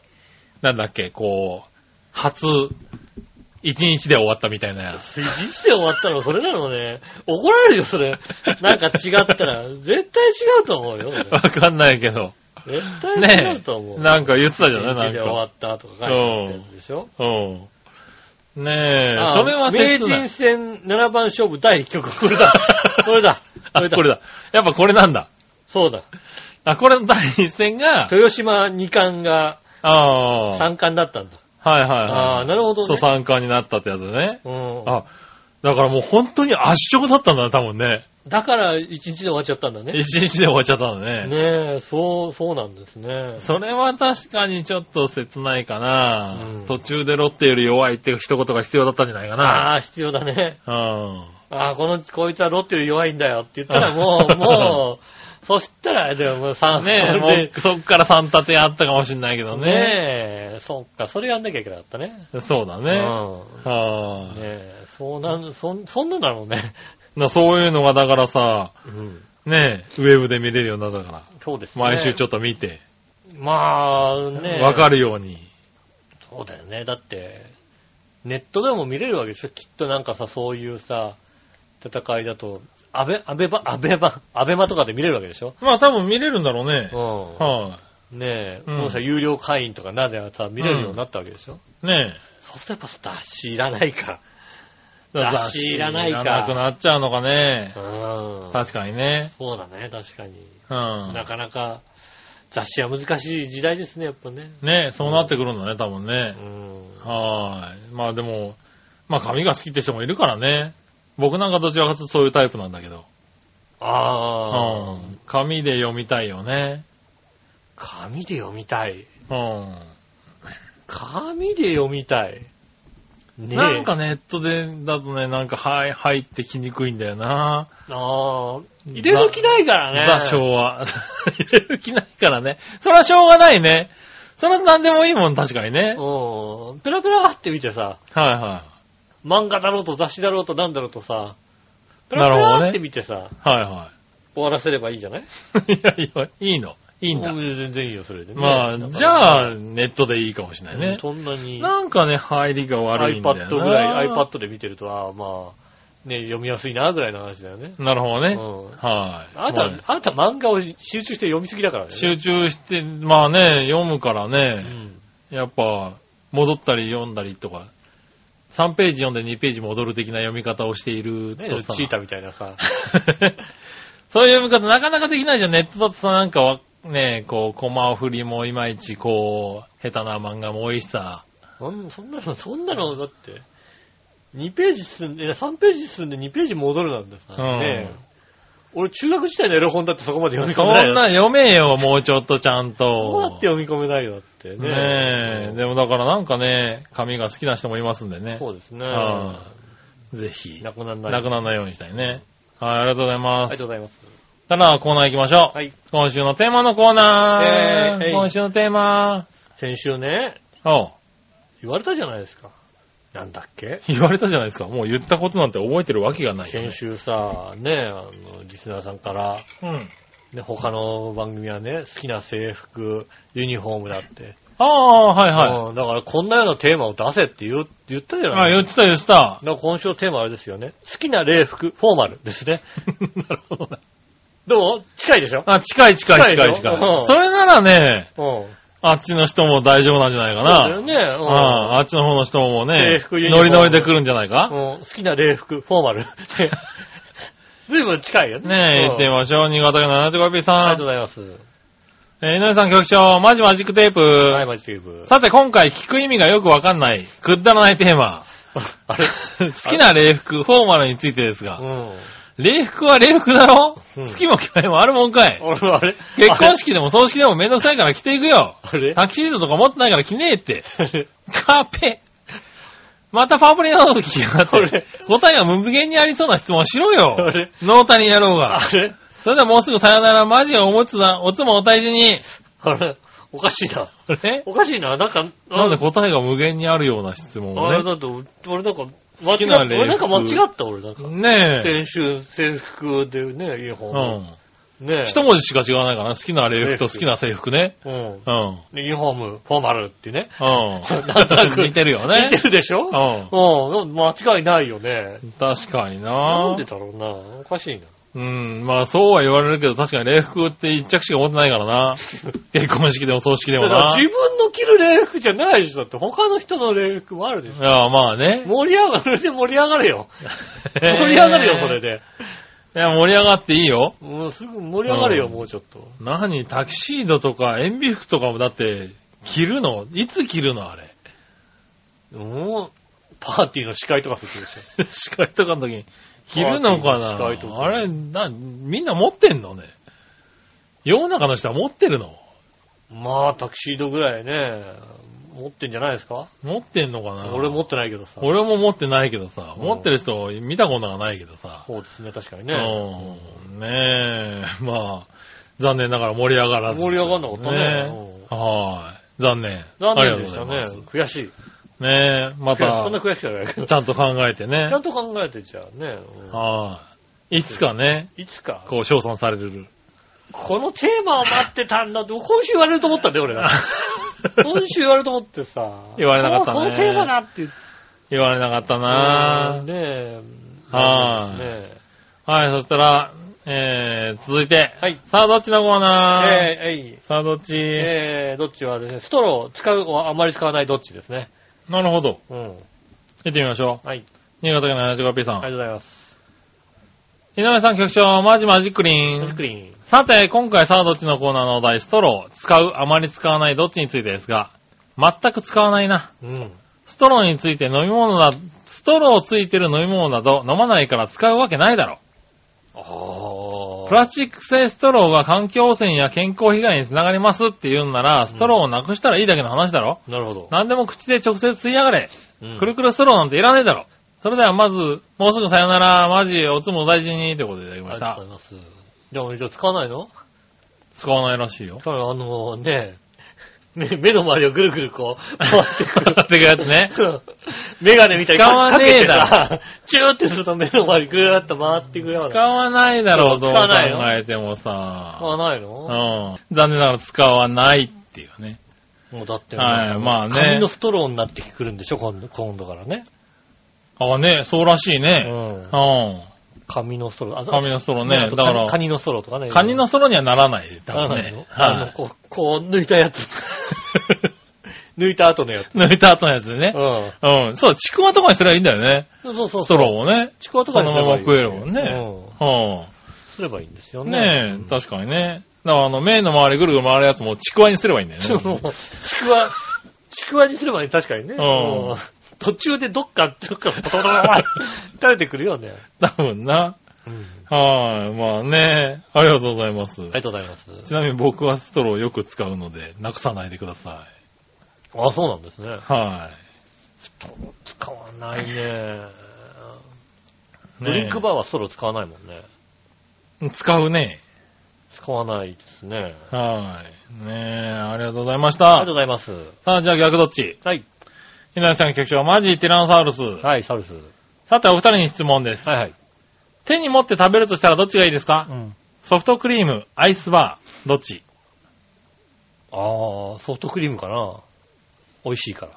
初、1日で終わったみたいな。 1日で終わったのそれなのね。怒られるよ、それ。なんか違ったら。絶対違うと思うよ。 わかんないけど。 絶対違うと思う。 ね、なんか言ってたじゃない？ 1日で終わったとか書いてあったやつでしょ？ ねえ、それは名人戦7番勝負第1局。これだ。これだ。 やっぱこれなんだ。 そうだ。 これの第一戦が、 豊島2冠が、3冠だったんだ。 はい。 なるほどね。 そう、3冠になったってやつね。だからもう本当に圧勝だったんだね、多分ね。 だから1日で終わっちゃったんだね。 1日で終わっちゃったんだね。 ねえ、そうなんですね。 それは確かにちょっと切ないかな。途中でロッテより弱いって一言が必要だったんじゃないかな。 必要だね。こいつはロッテより弱いんだよって言ったらもう、そしたら、でももう3、 ねもうそっから3立てあったかもしれないけどね。 ねえ、そっか、それやんなきゃいけなかったね。 そうだね。 ねえ、そんなだろうね。 そういうのがだからさ、ねえ、ウェブで見れるようになったから。 そうですね。 毎週ちょっと見て。 まあね。 わかるように。 そうだよね。だって、ネットでも見れるわけでしょ？きっとなんかさ、そういうさ、 戦いだと、アベマとかで見れるわけでしょ？ まあ多分見れるんだろうね。 はい。ねえ、もうさ、有料会員とかなんでさ、見れるようになったわけでしょ？ ねえ。 そうするとやっぱ雑誌いらないか。雑誌いらないか。 いらなくなっちゃうのかね。確かにね。 そうだね、確かに。なかなか、雑誌は難しい時代ですね、やっぱね。 ねえ、そうなってくるんだね、多分ね。はい。まあでも、まあ紙が好きって人もいるからね。僕なんかどちらかというとそういうタイプなんだけど。紙で読みたいよね。 紙で読みたい。紙で読みたい。 ね、なんかネットでだとね、なんか入ってきにくいんだよな。 入れる気ないからね。 場所は。入れる気ないからね。それはしょうがないね。それは何でもいいもん、確かにね。 ペラペラって見てさ。 はいはい。 漫画だろうと雑誌だろうとなんだろうとさ。ペラペラって見てさ。 はいはい。 終わらせればいいじゃない？ いや、いいの。いいんだ。 全然いいよ、それで、ね。 まあ、じゃあ、ネットでいいかもしれないね。 そんなに。 なんかね、入りが悪いんだよな。 iPad ぐらい、iPad で見てるとは、まあ、ね、読みやすいな、ぐらいの話だよね。 なるほどね。はい。 あなた漫画を集中して読みすぎだからね。 集中して、まあね、読むからね、やっぱ、戻ったり読んだりとか、3ページ読んで2ページ戻る的な読み方をしているとさ。 チータみたいなさ。 そういう読み方なかなかできないじゃん。ネットだとさ、なんかね、こう、コマ振りもいまいち、こう、下手な漫画も多いしさ。 そんなの、だって、2ページ進んで、3ページ進んで2ページ戻るなんてさ、ね、俺中学時代のエロ本だってそこまで読み込めないよ。 そんな読めよ、もうちょっとちゃんと。 どうやって読み込めないよってね。 ねえ、でもだからなんかね、紙が好きな人もいますんでね。 そうですね。 ぜひ。 なくならないようにしたいね。はい、ありがとうございます。 ありがとうございます。 ただ、コーナー行きましょう。 はい。 今週のテーマのコーナー。今週のテーマ。 先週ね。言われたじゃないですか。なんだっけ？ 言われたじゃないですか。もう言ったことなんて覚えてるわけがない、ね。 先週さ、ね、リスナーさんから、ね、他の番組はね、好きな制服、ユニフォームだって。 はいはい。 だからこんなようなテーマを出せって言ったじゃないですか。言ってた。だから今週のテーマはあれですよね。好きな礼服、フォーマルですね。 なるほどね。 どう？近いでしょ？ 近い。それならね、あっちの人も大丈夫なんじゃないかな。 そうだよね。 あっちの方の人もね、ノリノリで来るんじゃないか？ 好きな礼服、フォーマル。ずいぶん近いよね。 ねえ、行ってみましょう。新潟県 75P さん。 ありがとうございます。 井上さん局長、マジックテープ。 はい、マジックテープ。 さて今回聞く意味がよくわかんない、くったらないテーマ。 あれ好きな礼服、フォーマルについてですが。礼服は礼服だろ、好きも嫌いもあるもんかい。 あれ結婚式でも葬式でもめんどくさいから着ていくよ。 あれタキシードとか持ってないから着ねえって。カーペ。またファブリの時があって、答えが無限にありそうな質問しろよ。ノータにやろうが。それではもうすぐさよなら、マジおむつだ、おつもお大事に。 おかしいな。おかしいな。 なんで答えが無限にあるような質問をね。 だって、俺なんか、間違った。俺なんか。ねえ。先週、制服でね、ユニフォーム。ねえ。 一文字しか違わないかな。好きな礼服と好きな制服ね。 ユニフォーム、フォーマルってね。 なんとなく似てるよね。 似てるでしょ？間違いないよね。 確かにな。 なんでだろうな。おかしいな。 まあそうは言われるけど、確かに礼服って一着しか持ってないからな。結婚式でも葬式でもな。 自分の着る礼服じゃないでしょ。だって他の人の礼服もあるでしょ。 いや、まあね。 盛り上がるで盛り上がれよ。盛り上がれよ、それで。 いや、盛り上がっていいよ。 もうすぐ盛り上がれよ、もうちょっと。 タキシードとか塩ビ服とかもだって、着るのいつ着るのあれ。 パーティーの司会とかするでしょ。 司会とかの時に。着るのかなあれ、みんな持ってんのね。世の中の人は持ってるの？ まあ、タキシードぐらいね、持ってんじゃないですか？ 持ってんのかな？ 俺持ってないけどさ。 俺も持ってないけどさ。持ってる人見たことがないけどさ。 そうですね、確かにね。 ねえ、まあ、残念ながら盛り上がらず。 盛り上がんなかったね。 はい。残念でしたね。悔しい。 ねえ、また、 そんな悔しくないけど。 ちゃんと考えてね。 ちゃんと考えて、じゃあね。 いつかね。こう、称賛される。 このテーマを待ってたんだって、今週言われると思ったんだよ、俺が。今週言われると思ってさ。 言われなかったね。 このテーマだって言われなかったなねえ。 はい。はい、そしたら、続いて。はい。さあ、どっちのコーナーさあ、どっちどっちはですね、ストロー使う、あまり使わないどっちですね。 なるほど。うん。行ってみましょう。はい。新潟県の 75P さん。 ありがとうございます。 井上さん局長、マジックリン。マジックリン。さて、今回さあ、どっちのコーナーのお題、ストロー、使う、あまり使わないどっちについてですが、全く使わないな。うん。ストローについてストローついてる飲み物など飲まないから使うわけないだろ。プラスチック製ストローが環境汚染や健康被害につながりますって言うんなら、ストローをなくしたらいいだけの話だろ。なるほど。何でも口で直接吸いやがれ。くるくるストローなんていらねえだろ。それではまず、もうすぐさよなら、マジ、おつも大事に、ということでいただきました。ありがとうございます。 じゃあ使わないの？ 使わないらしいよ。 目の周りをぐるぐるこう、回ってくる。 回ってくるやつね。 メガネみたいに使わねえだろ。 チューってすると目の周りぐるーっと回ってくるような。 使わないだろう、どう考えてもさ。 使わないの？ うん。残念ながら使わないっていうね。 もうだって、 はい、まあね。 紙のストローになってくるんでしょ、今度からね。 ああね、そうらしいね。うん。 紙のストロー。 紙のストローね。だから。 カニのストローとかね。 カニのストローにはならない。多分ね。 こう抜いたやつ。抜いた後のやつ。 抜いた後のやつでね。うん。そう、ちくわとかにすればいいんだよね。 そう。 ストローをね。 ちくわとかにすればいい。 そのまま食えるもんね。 すればいいんですよね。 ねえ、確かにね。だから目の周りぐるぐる回るやつもちくわにすればいいんだよね。 ちくわにすればいい、確かにね。途中でどっかポトポト垂れてくるよね。 多分な。はい。まあね。ありがとうございます。ありがとうございます。 ちなみに僕はストローをよく使うので、なくさないでください。 あ、そうなんですね。 はい。 ストロー使わないね。ドリンクバーはストロー使わないもんね。 使うね。 使わないですね。 はい。ねえ、ありがとうございました。 ありがとうございます。 さあ、じゃあ逆どっち？ はい。 井上さん局長、マジティラノサウルス。 はい、サウルス。 さて、お二人に質問です。 はいはい。 手に持って食べるとしたらどっちがいいですか？うん。ソフトクリーム、アイスバー、どっち？ ソフトクリームかな。美味しいから。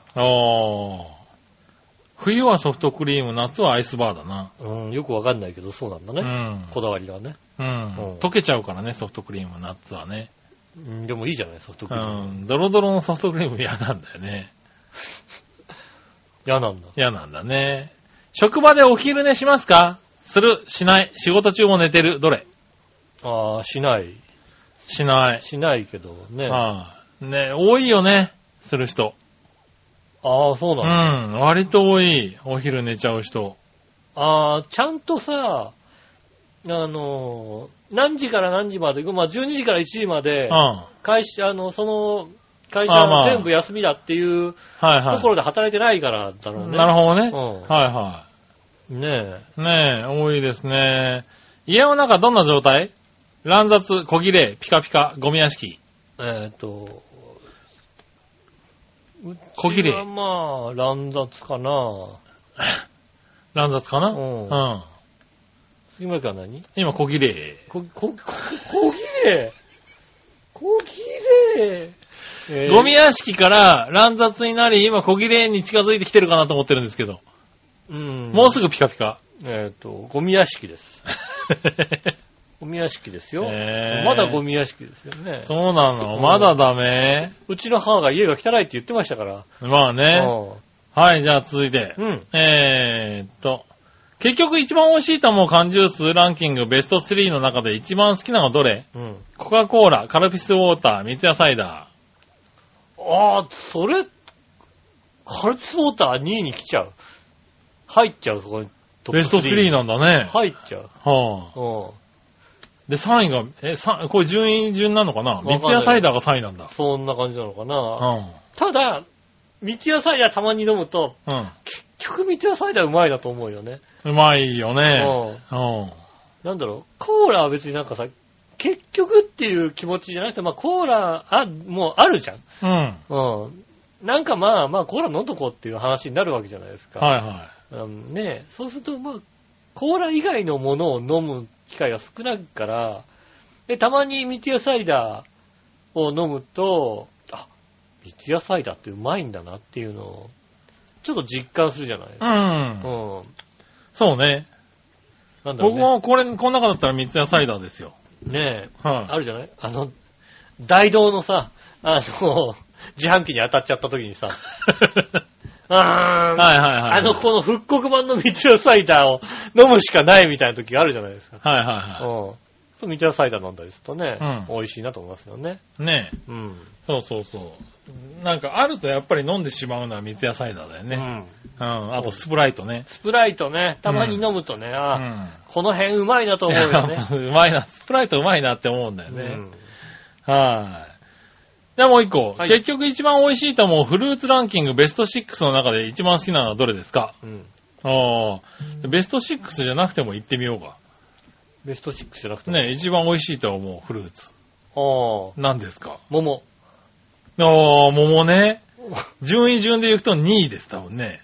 冬はソフトクリーム、夏はアイスバーだな。 うん、よくわかんないけど、そうなんだね。うん。こだわりがね。 うん。溶けちゃうからね、ソフトクリームは夏はね。 うん、でもいいじゃない、ソフトクリーム。 うん。ドロドロのソフトクリーム嫌なんだよね。 嫌なんだ。 嫌なんだね。職場でお昼寝しますか？する？しない？仕事中も寝てる？どれ？ しない。 しない。 しないけどね。 ね、多いよね。する人。 そうなんだ。うん、割と多い。お昼寝ちゃう人。 ちゃんとさ、何時から何時まで、まあ、12時から1時まで、会社、その、会社は全部休みだっていうところで働いてないからだろうね。 なるほどね。はいはい。 ねえ。ねえ、多いですね。家の中どんな状態？乱雑、小切れ、ピカピカ、ゴミ屋敷。小切れ。 まあ、乱雑かな。 乱雑かな？うん。 今は何？ 今、小切れ。 小切れ小切れゴミ屋敷から乱雑になり、今小切れに近づいてきてるかなと思ってるんですけど。もうすぐピカピカ。 ゴミ屋敷です。ゴミ屋敷ですよ。まだゴミ屋敷ですよね。 そうなの？まだダメ？ うちの母が家が汚いって言ってましたから。 まあね。はい、じゃあ続いて。結局一番美味しいと思う缶ジュースランキングベスト3の中で一番好きなのはどれ？コカ・コーラ、カルピスウォーター、三ツ矢サイダー。 それ、カルピスウォーター2位に来ちゃう。入っちゃう、そこに。 ベスト3なんだね。 入っちゃう。 で、3位が、これ順なのかな？三ツ矢サイダーが3位なんだ。 そんな感じなのかな。ただ、三ツ矢サイダーたまに飲むと、結局三ツ矢サイダーうまいなと思うよね。 うまいよね。 なんだろう、コーラは別になんかさ、結局っていう気持ちじゃなくて、まあコーラ、もうあるじゃん。なんかまあコーラ飲んどこうっていう話になるわけじゃないですか。 はいはい。 ねえ、そうするとまあ、コーラ以外のものを飲む機会が少ないから、で、たまに三ツ矢サイダーを飲むと、三ツ矢サイダーってうまいんだなっていうのを、ちょっと実感するじゃないですか。 そうね。 なんだろうね。 僕もこの中だったら三ツ矢サイダーですよ。 ねえ。はい。あるじゃない？大道のさ、自販機に当たっちゃった時にさ、 はい。 この復刻版の三ツ矢サイダーを飲むしかないみたいな時があるじゃないですか。 はい。 三ツ矢サイダー飲んだりするとね、美味しいなと思いますよね。 ねえ。そう。なんかあるとやっぱり飲んでしまうのは三ツ矢サイダーだよね。あとスプライトね。 スプライトね、たまに飲むとね、この辺うまいなと思うよね。 うまいな、スプライトうまいなって思うんだよね。はい。でもう一個、結局一番美味しいと思うフルーツランキングベスト6の中で一番好きなのはどれですか？ベスト6じゃなくても言ってみようか。 ベスト6じゃなくてもね、一番美味しいと思うフルーツ。何ですか？ 桃。 桃ね。順位順で言うと2位です、多分ね。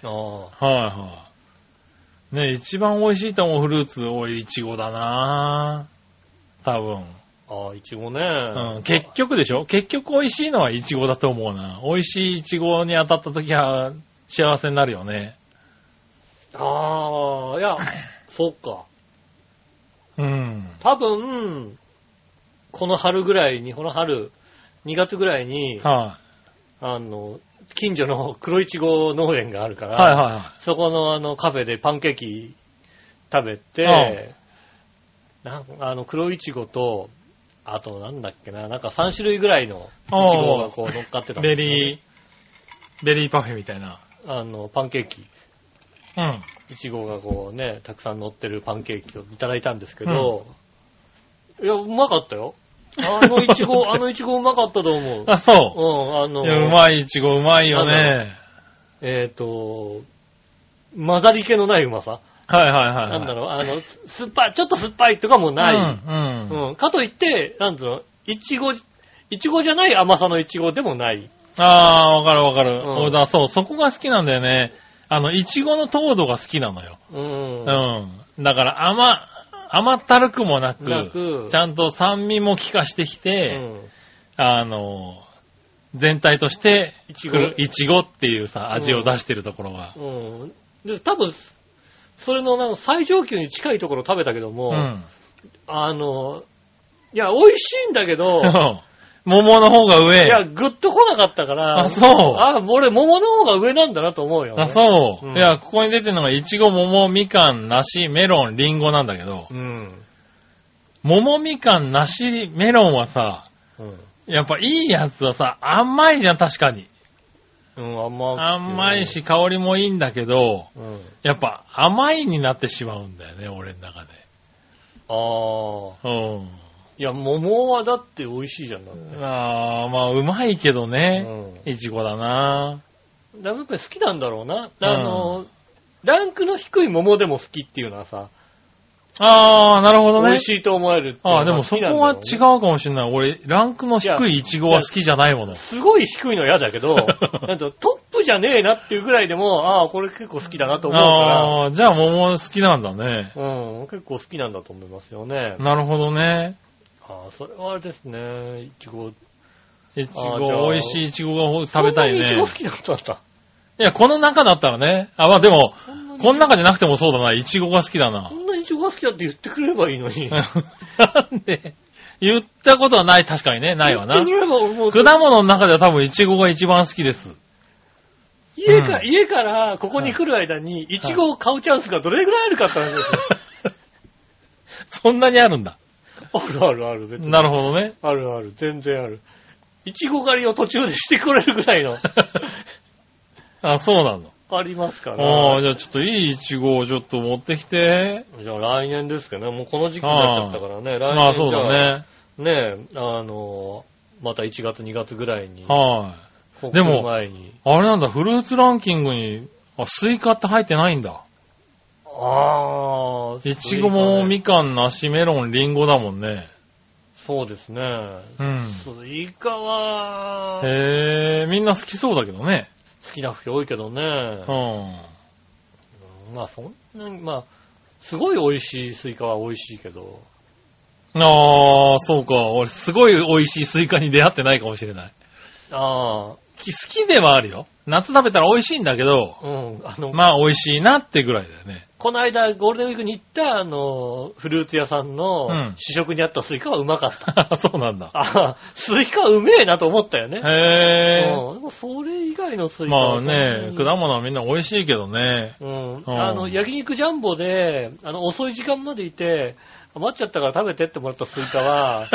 ね、一番美味しいと思うフルーツ、イチゴだな多分。 イチゴね。 結局でしょ？結局美味しいのはイチゴだと思うな。美味しいイチゴに当たった時は幸せになるよね。 いや、そうか。多分、この春、2月ぐらいに、近所の黒いちご農園があるから、そこのカフェでパンケーキ食べて、黒いちごと、あとなんだっけな、なんか3種類ぐらいのいちごがこう乗っかってたんですよね。 ベリーパフェみたいな。 パンケーキ。いちごがこうね、たくさん乗ってるパンケーキをいただいたんですけど、いや、うまかったよ。いちごうまかったと思う。 そう。いや、うまいいちごうまいよね。 混ざり気のないうまさ。なんだろう、ちょっと酸っぱいとかもない。かといって、いちごじゃない甘さのいちごでもない。 わかる。そう、そこが好きなんだよね。いちごの糖度が好きなのよ。だから甘ったるくもなく、ちゃんと酸味も効かしてきて、全体として、いちごっていうさ、味を出してるところが。 で、多分、それの最上級に近いところ食べたけども、いや、美味しいんだけど、 桃の方が上。 いや、ぐっと来なかったから、俺、桃の方が上なんだなと思うよ、ね。 いや、ここに出てるのが、いちご、桃、みかん、梨、メロン、リンゴなんだけど、桃、みかん、梨、メロンはさ、やっぱいいやつはさ、甘いじゃん、確かに。甘いし、香りもいいんだけど、やっぱ甘いになってしまうんだよね、俺の中で。いや、 桃はだって美味しいじゃん。 うまいけどね。いちごだな。 やっぱり好きなんだろうな。ランクの低い桃でも好きっていうのはさ。 なるほどね。 美味しいと思えるっていうのはでもそこは違うかもしれない。俺、ランクの低いイチゴは好きじゃないもの。 すごい低いのは嫌だけど、トップじゃねえなっていうぐらいでも、これ結構好きだなと思うから。 じゃあ桃好きなんだね。 結構好きなんだと思いますよね。 なるほどね。 それはあれですね。いちご。 美味しいいちごが食べたいね。 いちご好きなことだった。 いや、この中だったらね。でも、この中じゃなくてもそうだな。いちごが好きだな。 そんなにいちごが好きだって言ってくれればいいのに。 なんで言ったことはない、確かにね。ないわな。 言ってくれればもう果物の中では多分いちごが一番好きです。 家からここに来る間にいちごを買うチャンスがどれぐらいあるかって話ですよ。 そんなにあるんだ。 ある、別に。 なるほどね。 ある、全然ある。いちご狩りを途中でしてくれるぐらいの。 そうなの。 ありますから。 じゃあちょっといいいちごをちょっと持ってきて。 じゃあ来年ですけどね。もうこの時期になっちゃったからね。来年そうだね。 ねまた1月2月ぐらいに。 でも、あれなんだ、フルーツランキングに、スイカって入ってないんだ。いちごもみかん、梨、メロン、リンゴだもんね。 そうですね。スイカは、 みんな好きそうだけどね。 好きな人多いけどね。そんなに、すごい美味しいスイカは美味しいけど。 そうか。俺、すごい美味しいスイカに出会ってないかもしれない。 きではあるよ。夏食べたら美味しいんだけど、まあ美味しいなってぐらいだよね。 この間ゴールデンウィークに行ったフルーツ屋さんの試食にあったスイカはうまかった。 そうなんだ。 スイカうめえなと思ったよね。 へぇでもそれ以外のスイカは。まあね、果物はみんな美味しいけどね。 焼肉ジャンボで、遅い時間までいて、余っちゃったから食べてってもらったスイカは、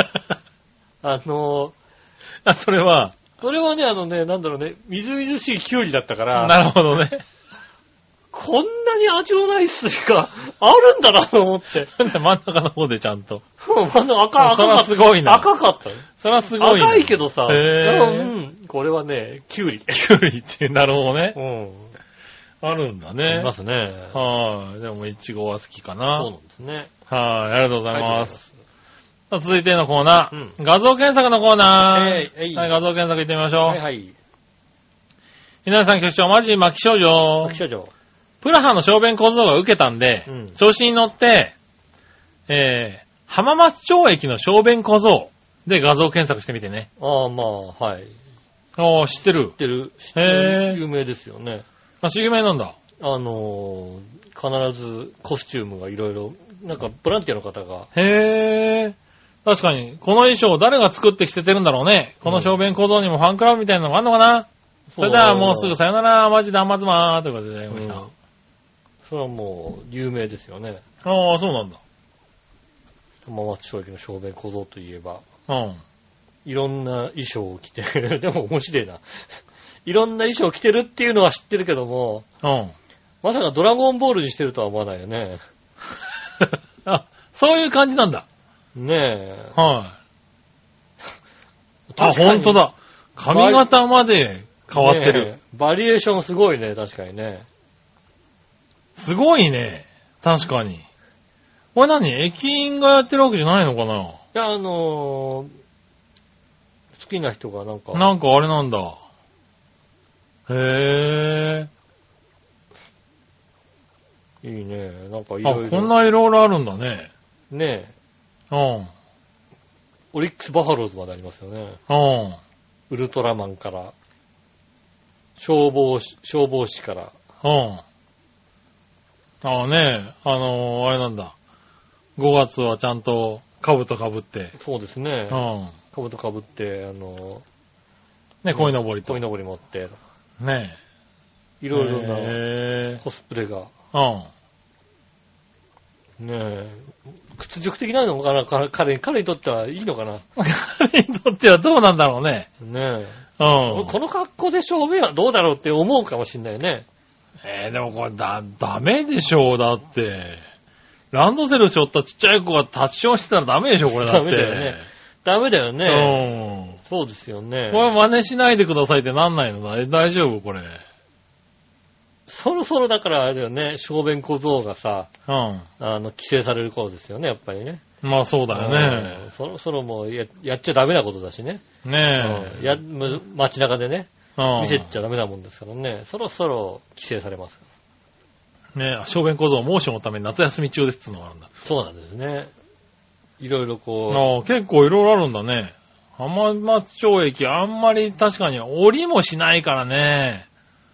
それはね、なんだろうね、みずみずしいキュウリだったから。 なるほどね。 こんなに味のないスイカあるんだなと思って。 真ん中の方でちゃんと。 赤かった。 それはすごいな。 赤かった。 それはすごいな。 赤いけどさ、これはね、キュウリ。 キュウリってなるほどね。あるんだね。 ありますね。 はい。でも、イチゴは好きかな。 そうなんですね。 はい。ありがとうございます。続いてのコーナー。画像検索のコーナー。はい、画像検索行ってみましょう。 はいはい。 皆さん局長、マジ巻き少女。 巻き少女。 プラハの小便小僧が受けたんで、調子に乗って、浜松町駅の小便小僧で画像検索してみてね。 まあ、はい。 知ってる。 知ってる。有名ですよね。 有名なんだ。 必ずコスチュームがいろいろ、なんかボランティアの方が。 確かに、この衣装誰が作ってきてるんだろうね。この小便小僧にもファンクラブみたいなのがあるのかな。それではもうすぐさよなら、マジであんまずまーということでやりました。 それはもう有名ですよね。 そうなんだ。 浜松町駅の小便小僧といえば。いろんな衣装を着てる。でも面白いな。いろんな衣装を着てるっていうのは知ってるけども。まさかドラゴンボールにしてるとは思わないよね。 そういう感じなんだ。 ねえ。 ほんとだ。髪型まで変わってる。 バリエーションすごいね、確かにね。 すごいね。確かに。これ何？駅員がやってるわけじゃないのかな？いや、好きな人がなんかあれなんだ。へいいね。なんかいろいろ。 こんないろいろあるんだね。 ねえ。オリックスバファローズまでありますよね。ウルトラマンから、消防士から。 あれなんだ。5月はちゃんと兜かぶって。 そうですね。兜かぶって、 鯉のぼりと。 鯉のぼり持って。 ねいろいろなコスプレが。ねえ。屈辱的なのかな、彼にとってはいいのかな。 彼にとってはどうなんだろうね。 ねえ。この格好で正面はどうだろうって思うかもしんないね。 でもこれダメでしょう、だって。ランドセル背負ったちっちゃい子が立ちションしてたらダメでしょ、これだって。 ダメだよね。そうですよね。 これ真似しないでくださいってなんないの？大丈夫これ。 そろそろだからあれだよね、小便小僧がさ、規制される頃ですよね、やっぱりね。 まあそうだよね。 そろそろもうやっちゃダメなことだしね。街中でね、見せちゃダメなもんですからね、そろそろ規制されます。 小便小僧モーションのために夏休み中ですってのがあるんだ。 そうなんですね。いろいろこう。結構いろいろあるんだね。浜松町駅あんまり確かに降りもしないからね。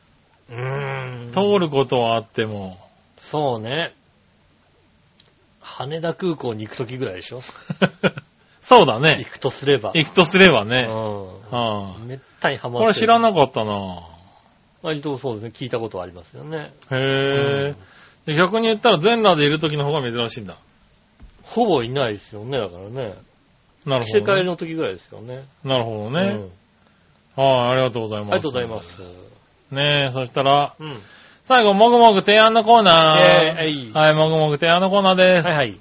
通ることはあっても。 そうね。羽田空港に行くときぐらいでしょ。 そうだね。 行くとすればね。めったにハマってる。 これ知らなかったな。 割とそうですね。聞いたことはありますよね。 逆に言ったら全裸でいるときの方が珍しいんだ。 ほぼいないですよね、だからね。 なるほど、ね。 着せ替えの時ぐらいですよね。 なるほどね。ありがとうございます。 ありがとうございます。 ねえ、そしたら、最後、もぐもぐ提案のコーナー。はい、もぐもぐ提案のコーナーです。はい。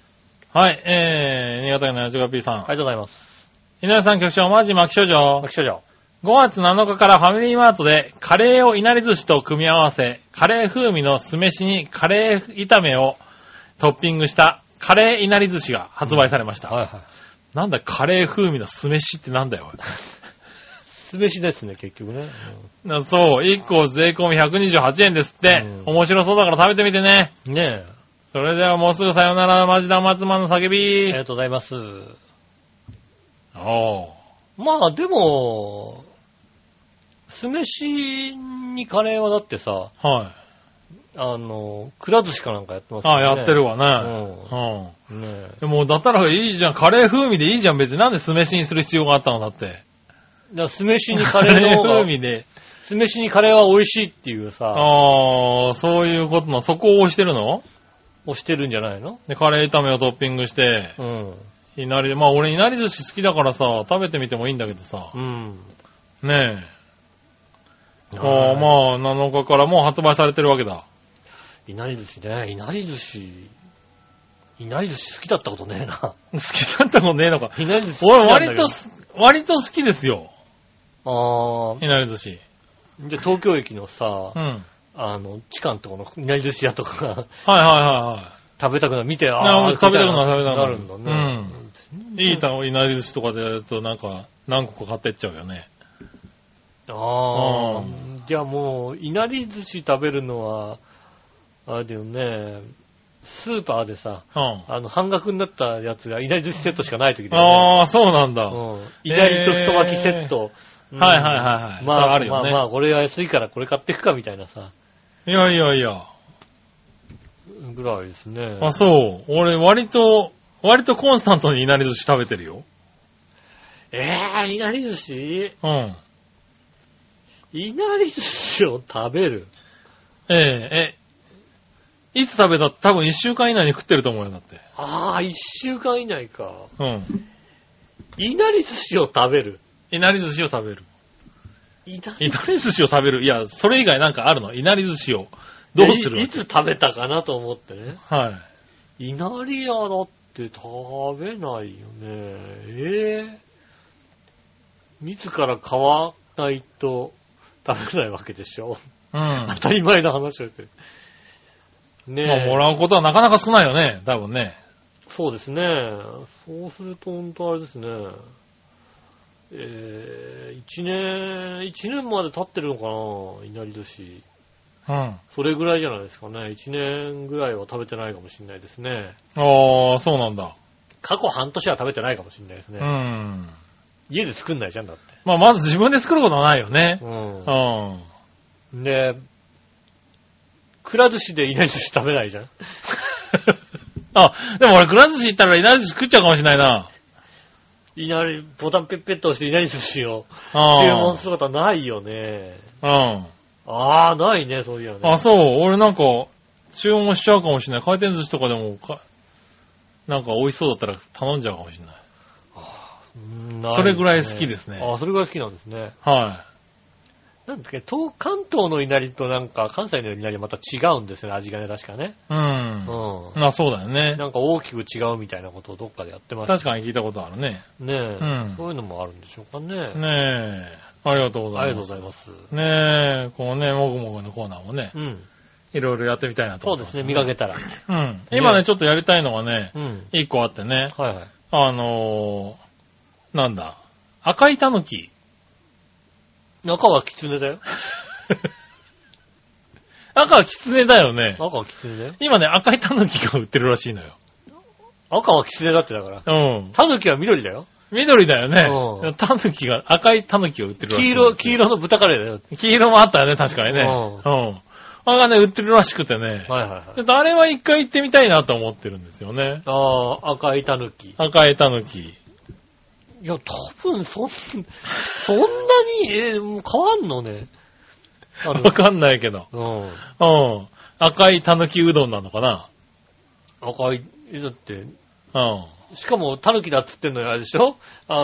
新潟県のやちが P さん。ありがとうございます。 井上さん局長、マジ巻き少女。 巻き少女。 5月7日からファミリーマートでカレーをいなり寿司と組み合わせ、カレー風味の酢飯にカレー炒めをトッピングしたカレーいなり寿司が発売されました。なんだカレー風味の酢飯ってなんだよ。 酢飯ですね、結局ね。 そう、1個税込み128円ですって。面白そうだから食べてみてね。 ねえ。 それではもうすぐさよなら、マジダ松間の叫び。 ありがとうございます。まあ、でも、 酢飯にカレーはだってさ、 はい。 くら寿司かなんかやってますよね。 やってるわね。 うん。ねでも、だったらいいじゃん。カレー風味でいいじゃん。別になんで酢飯にする必要があったのだって。 酢飯にカレーの方が。 風味で。 酢飯にカレーは美味しいっていうさ。 そういうことの、そこを押してるの？ 押してるんじゃないの？ で、カレー炒めをトッピングして、うん。いなりで、まあ俺いなり寿司好きだからさ、食べてみてもいいんだけどさ。うん。ねえ。まあ、7日からもう発売されてるわけだ。 いなり寿司ね。いなり寿司好きだったことねえな。好きだったことねえのか。 いなり寿司俺割と好きですよ。いなり寿司。 じゃあ東京駅のさ、うん。地下のとこのいなり寿司屋とかが。 はい。 食べたくなる。見て、 食べたくなるんだね。 うん。いいいなり寿司とかでやるとなんか、何個か買ってっちゃうよね。 じゃあもう、いなり寿司食べるのは、あれだよね、スーパーでさ、半額になったやつがいなり寿司セットしかない時だよね。 そうなんだ。 いなりと太巻きセット。 はい。 まあ、あるよね。まあ、これは安いからこれ買っていくかみたいなさ。 いや。 ぐらいですね。 そう。俺割とコンスタントにいなり寿司食べてるよ。 いなり寿司？ うん。 いなり寿司を食べる？ いつ食べたって多分1週間以内に食ってると思うよ、だって。 1週間以内か。 うん。 いなり寿司を食べる？ いなり寿司を食べる。いなり寿司を食べる。いや、それ以外なんかあるの？いなり寿司を。どうする？ いつ食べたかなと思ってね。 はい。 いなり屋だって食べないよね。自ら買わないと食べないわけでしょ。 うん。 当たり前の話をしてる。ねえ。 まあ、もらうことはなかなか少ないよね、多分ね。 そうですね。そうすると本当あれですね。1年まで経ってるのかな、いなり寿司。 うん。 それぐらいじゃないですかね。1年ぐらいは食べてないかもしれないですね。 そうなんだ。 過去半年は食べてないかもしれないですね。 うん。 家で作んないじゃんだって。 まあ、まず自分で作ることはないよね。 うん。で、くら寿司でいなり寿司食べないじゃん。 でも俺くら寿司行ったらいなり寿司食っちゃうかもしれないな。 ボタンペッペッと押していなり寿司を注文することはないよね。 うん。 ないね、そういやね。 そう。俺なんか、注文しちゃうかもしれない。回転寿司とかでも、なんか美味しそうだったら頼んじゃうかもしれない。ないね、それぐらい好きですね。 それぐらい好きなんですね。 はい。 なんだっけ、関東のいなりとなんか関西のいなりはまた違うんですよね、味がね、確かね。 うん。そうだよね。 なんか大きく違うみたいなことをどっかでやってます。 確かに聞いたことあるね。 ねえ、そういうのもあるんでしょうかね。 ねえ。ありがとうございます。 ありがとうございます。 ねえ、このね、もぐもぐのコーナーもね。いろいろやってみたいなと思って。 そうですね、見かけたら。 今ね、ちょっとやりたいのがね、一個あってね。なんだ。赤いタヌキ。 赤はキツネだよ。 赤はキツネだよね。 赤はキツネだよ。 今ね、赤いタヌキが売ってるらしいのよ。 赤はキツネだってだから。タヌキは緑だよ。 緑だよね。タヌキが、赤いタヌキを売ってるらしい。 黄色の豚カレーだよ。 黄色もあったよね、確かにね。あれがね、売ってるらしくてね。ちょっとあれは一回行ってみたいなと思ってるんですよね。 赤いタヌキ。 赤いタヌキ。 いや、多分、そんなに、変わんのね。 わかんないけど。赤いタヌキうどんなのかな。 赤い、だって、しかも、タヌキだっつってんのにあれでしょ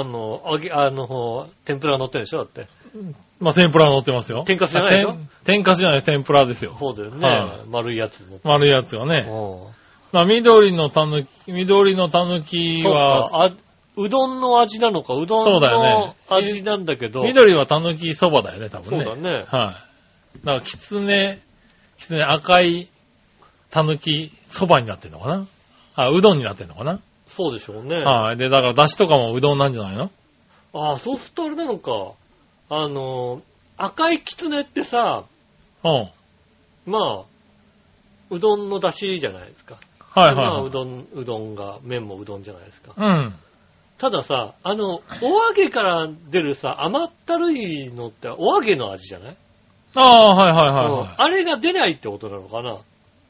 天ぷら乗ってるでしょだって。 まあ、天ぷら乗ってますよ。 天かすじゃないでしょ天かすじゃない、天ぷらですよ。 そうだよね。丸いやつ。 丸いやつがね。まあ、緑のタヌキは、 うどんの味なのか、うどんの味なんだけど。 緑はタヌキそばだよね、多分ね。 そうだね。 はい。だからキツネ赤いタヌキそばになってんのかな？うどんになってんのかな？ そうでしょうね。 はい。で、だから出汁とかもうどんなんじゃないの？ そうするとあれなのか。赤いキツネってさ、まあ、うどんの出汁じゃないですか。 はいはい。 まあ、うどんが、麺もうどんじゃないですか。 たださ、お揚げから出るさ、甘ったるいのってお揚げの味じゃない？ ああ、はいはいはい、はい。 あれが出ないってことなのかな？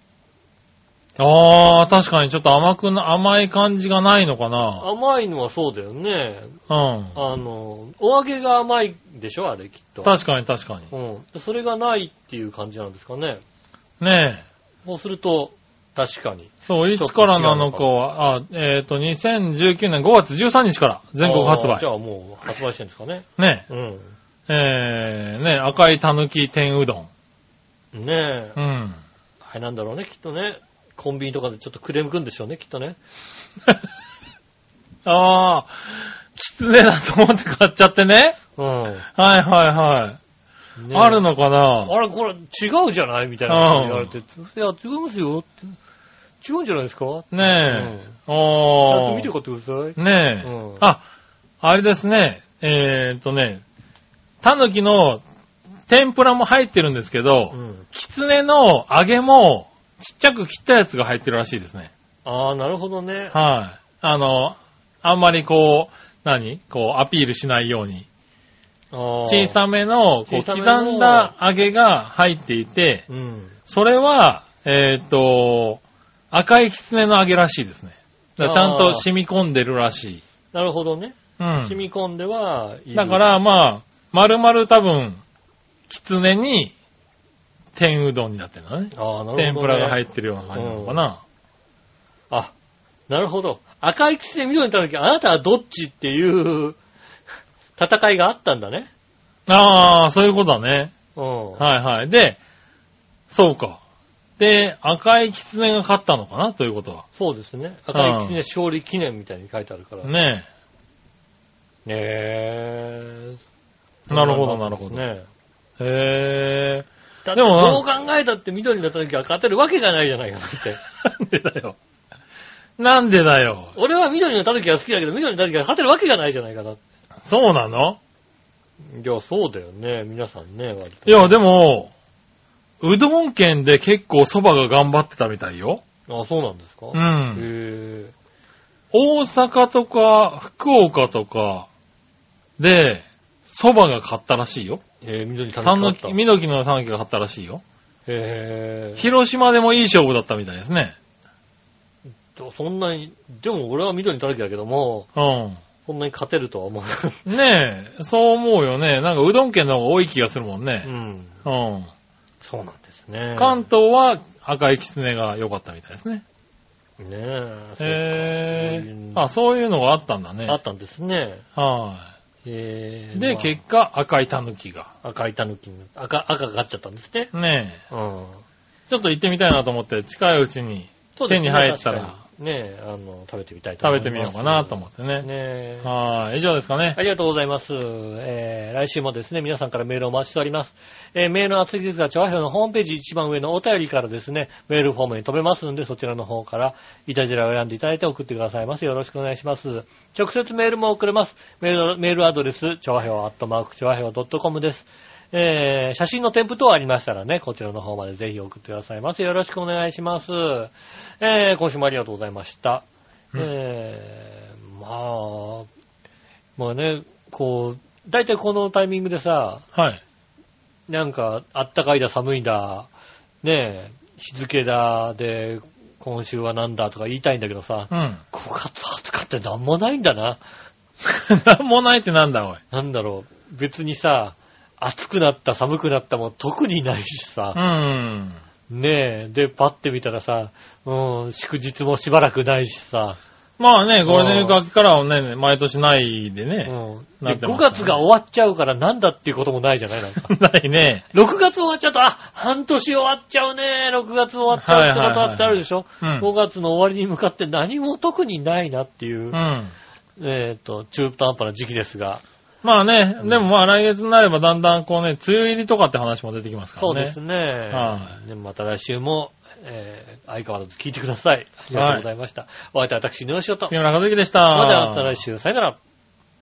ああ、確かにちょっと甘い感じがないのかな。 甘いのはそうだよね。 うん。 お揚げが甘いでしょあれきっと。 確かに確かに。 うん。それがないっていう感じなんですかね。 ねえ。 そうすると、確かに。 そう、いつからなのかは、2019年5月13日から全国発売。 じゃあもう発売してるんですかね。 ねえ。 うん。 ねえ、赤いたぬき天うどん。ねえ。 うん。 あれなんだろうね、きっとね。コンビニとかでちょっとクレームくんでしょうね、きっとね。 ああ、きつねだと思って買っちゃってね。 うん。 はいはいはい。ね、あるのかな？ あれ、これ違うじゃないみたいなこと言われて。いや、違いますよって。違うんじゃないですか？ ねえ。うん、ちゃんと見て買ってください。 ねえ。うん、あれですね。たぬきの天ぷらも入ってるんですけど、きつねの揚げもちっちゃく切ったやつが入ってるらしいですね。 ああ、なるほどね。 はい。あんまりこうアピールしないように。小さめの、刻んだ揚げが入っていて、うん、それは、赤いきつねの揚げらしいですね。だからちゃんと染み込んでるらしい。 なるほどね。うん。染み込んではいい。 だからまあ、丸々多分、きつねに、天うどんになってるのね。 ああ、なるほど、ね。 天ぷらが入ってるような感じなのかな。 あ、なるほど。赤いきつね緑にた時、あなたはどっちっていう戦いがあったんだね。 ああ、そういうことだね。 うん。 はいはい。で、そうか。で、赤いきつねが勝ったのかなということは。 そうですね。赤いきつね勝利記念みたいに書いてあるから。 ねえ。ねえ。 なるほど、なるほど。 ねへえ。 だってどう考えたって緑になった時は勝てるわけがないじゃないかなって。 なんでだよ。なんでだよ。 俺は緑になった時は好きだけど、緑になった時は勝てるわけがないじゃないかな。 そうなの？ いや、そうだよね。皆さんね、割と。 いや、でも、うどん県で結構蕎麦が頑張ってたみたいよ。 あ、そうなんですか？ うん。大阪とか、福岡とかで、蕎麦が勝ったらしいよ。 緑のたぬきのたぬきが勝ったらしいよ。広島でもいい勝負だったみたいですね。 そんなに、でも俺は緑のたぬきだけども、 うん。 そんなに勝てるとは思う。 ねえ、そう思うよね。なんかうどん県の方が多い気がするもんね。 うん。 うん。 そうなんですね。 関東は赤いきつねが良かったみたいですね。 ねえ。 そういうのがあったんだね。 あったんですね。 はい。で、結果赤いたぬきが。 赤いたぬきに赤が勝っちゃったんですね。 ねえ。 うん。 ちょっと行ってみたいなと思って近いうちに手に入ったら。 ねえ、食べてみたいと思います。 食べてみようかなと思ってね。 ねえ。 はい。以上ですかね。 ありがとうございます。来週もですね、皆さんからメールをお待ちしております。メールの厚いですが、チョアヘオのホームページ一番上のお便りからですね、メールフォームに飛べますので、そちらの方から、イタジラを選んでいただいて送ってくださいます。よろしくお願いします。直接メールも送れます。メールアドレス、チョアヘオ@chowaheo.com です。写真の添付等ありましたらね、こちらの方までぜひ送ってくださいます。よろしくお願いします。今週もありがとうございました。まあね、だいたいこのタイミングでさ、 はい。 なんか、あったかいだ寒いだ、ねえ、日付だ、で、今週はなんだとか言いたいんだけどさ、 うん。 5月20日ってなんもないんだな。 なんもないってなんだおい。 なんだろう、別にさ、暑くなった寒くなったも特にないしさ、ねえ、で、パッて見たらさ、祝日もしばらくないしさ。 まあね、ゴールデンウィーク明けからはね、毎年ないでね。 で、5月が終わっちゃうからなんだっていうこともないじゃないなんか。 ないね。 6月終わっちゃうと、半年終わっちゃうね。6月終わっちゃうってことってあるでしょ。5月の終わりに向かって何も特にないなっていう、中途半端な時期ですが。 まあね、でもまあ来月になればだんだんこうね、梅雨入りとかって話も出てきますからね。 そうですね。でまた来週も、相変わらず聞いてください。ありがとうございました。お相手は私、井上翔と。 木村和之でした。 また来週、さよなら。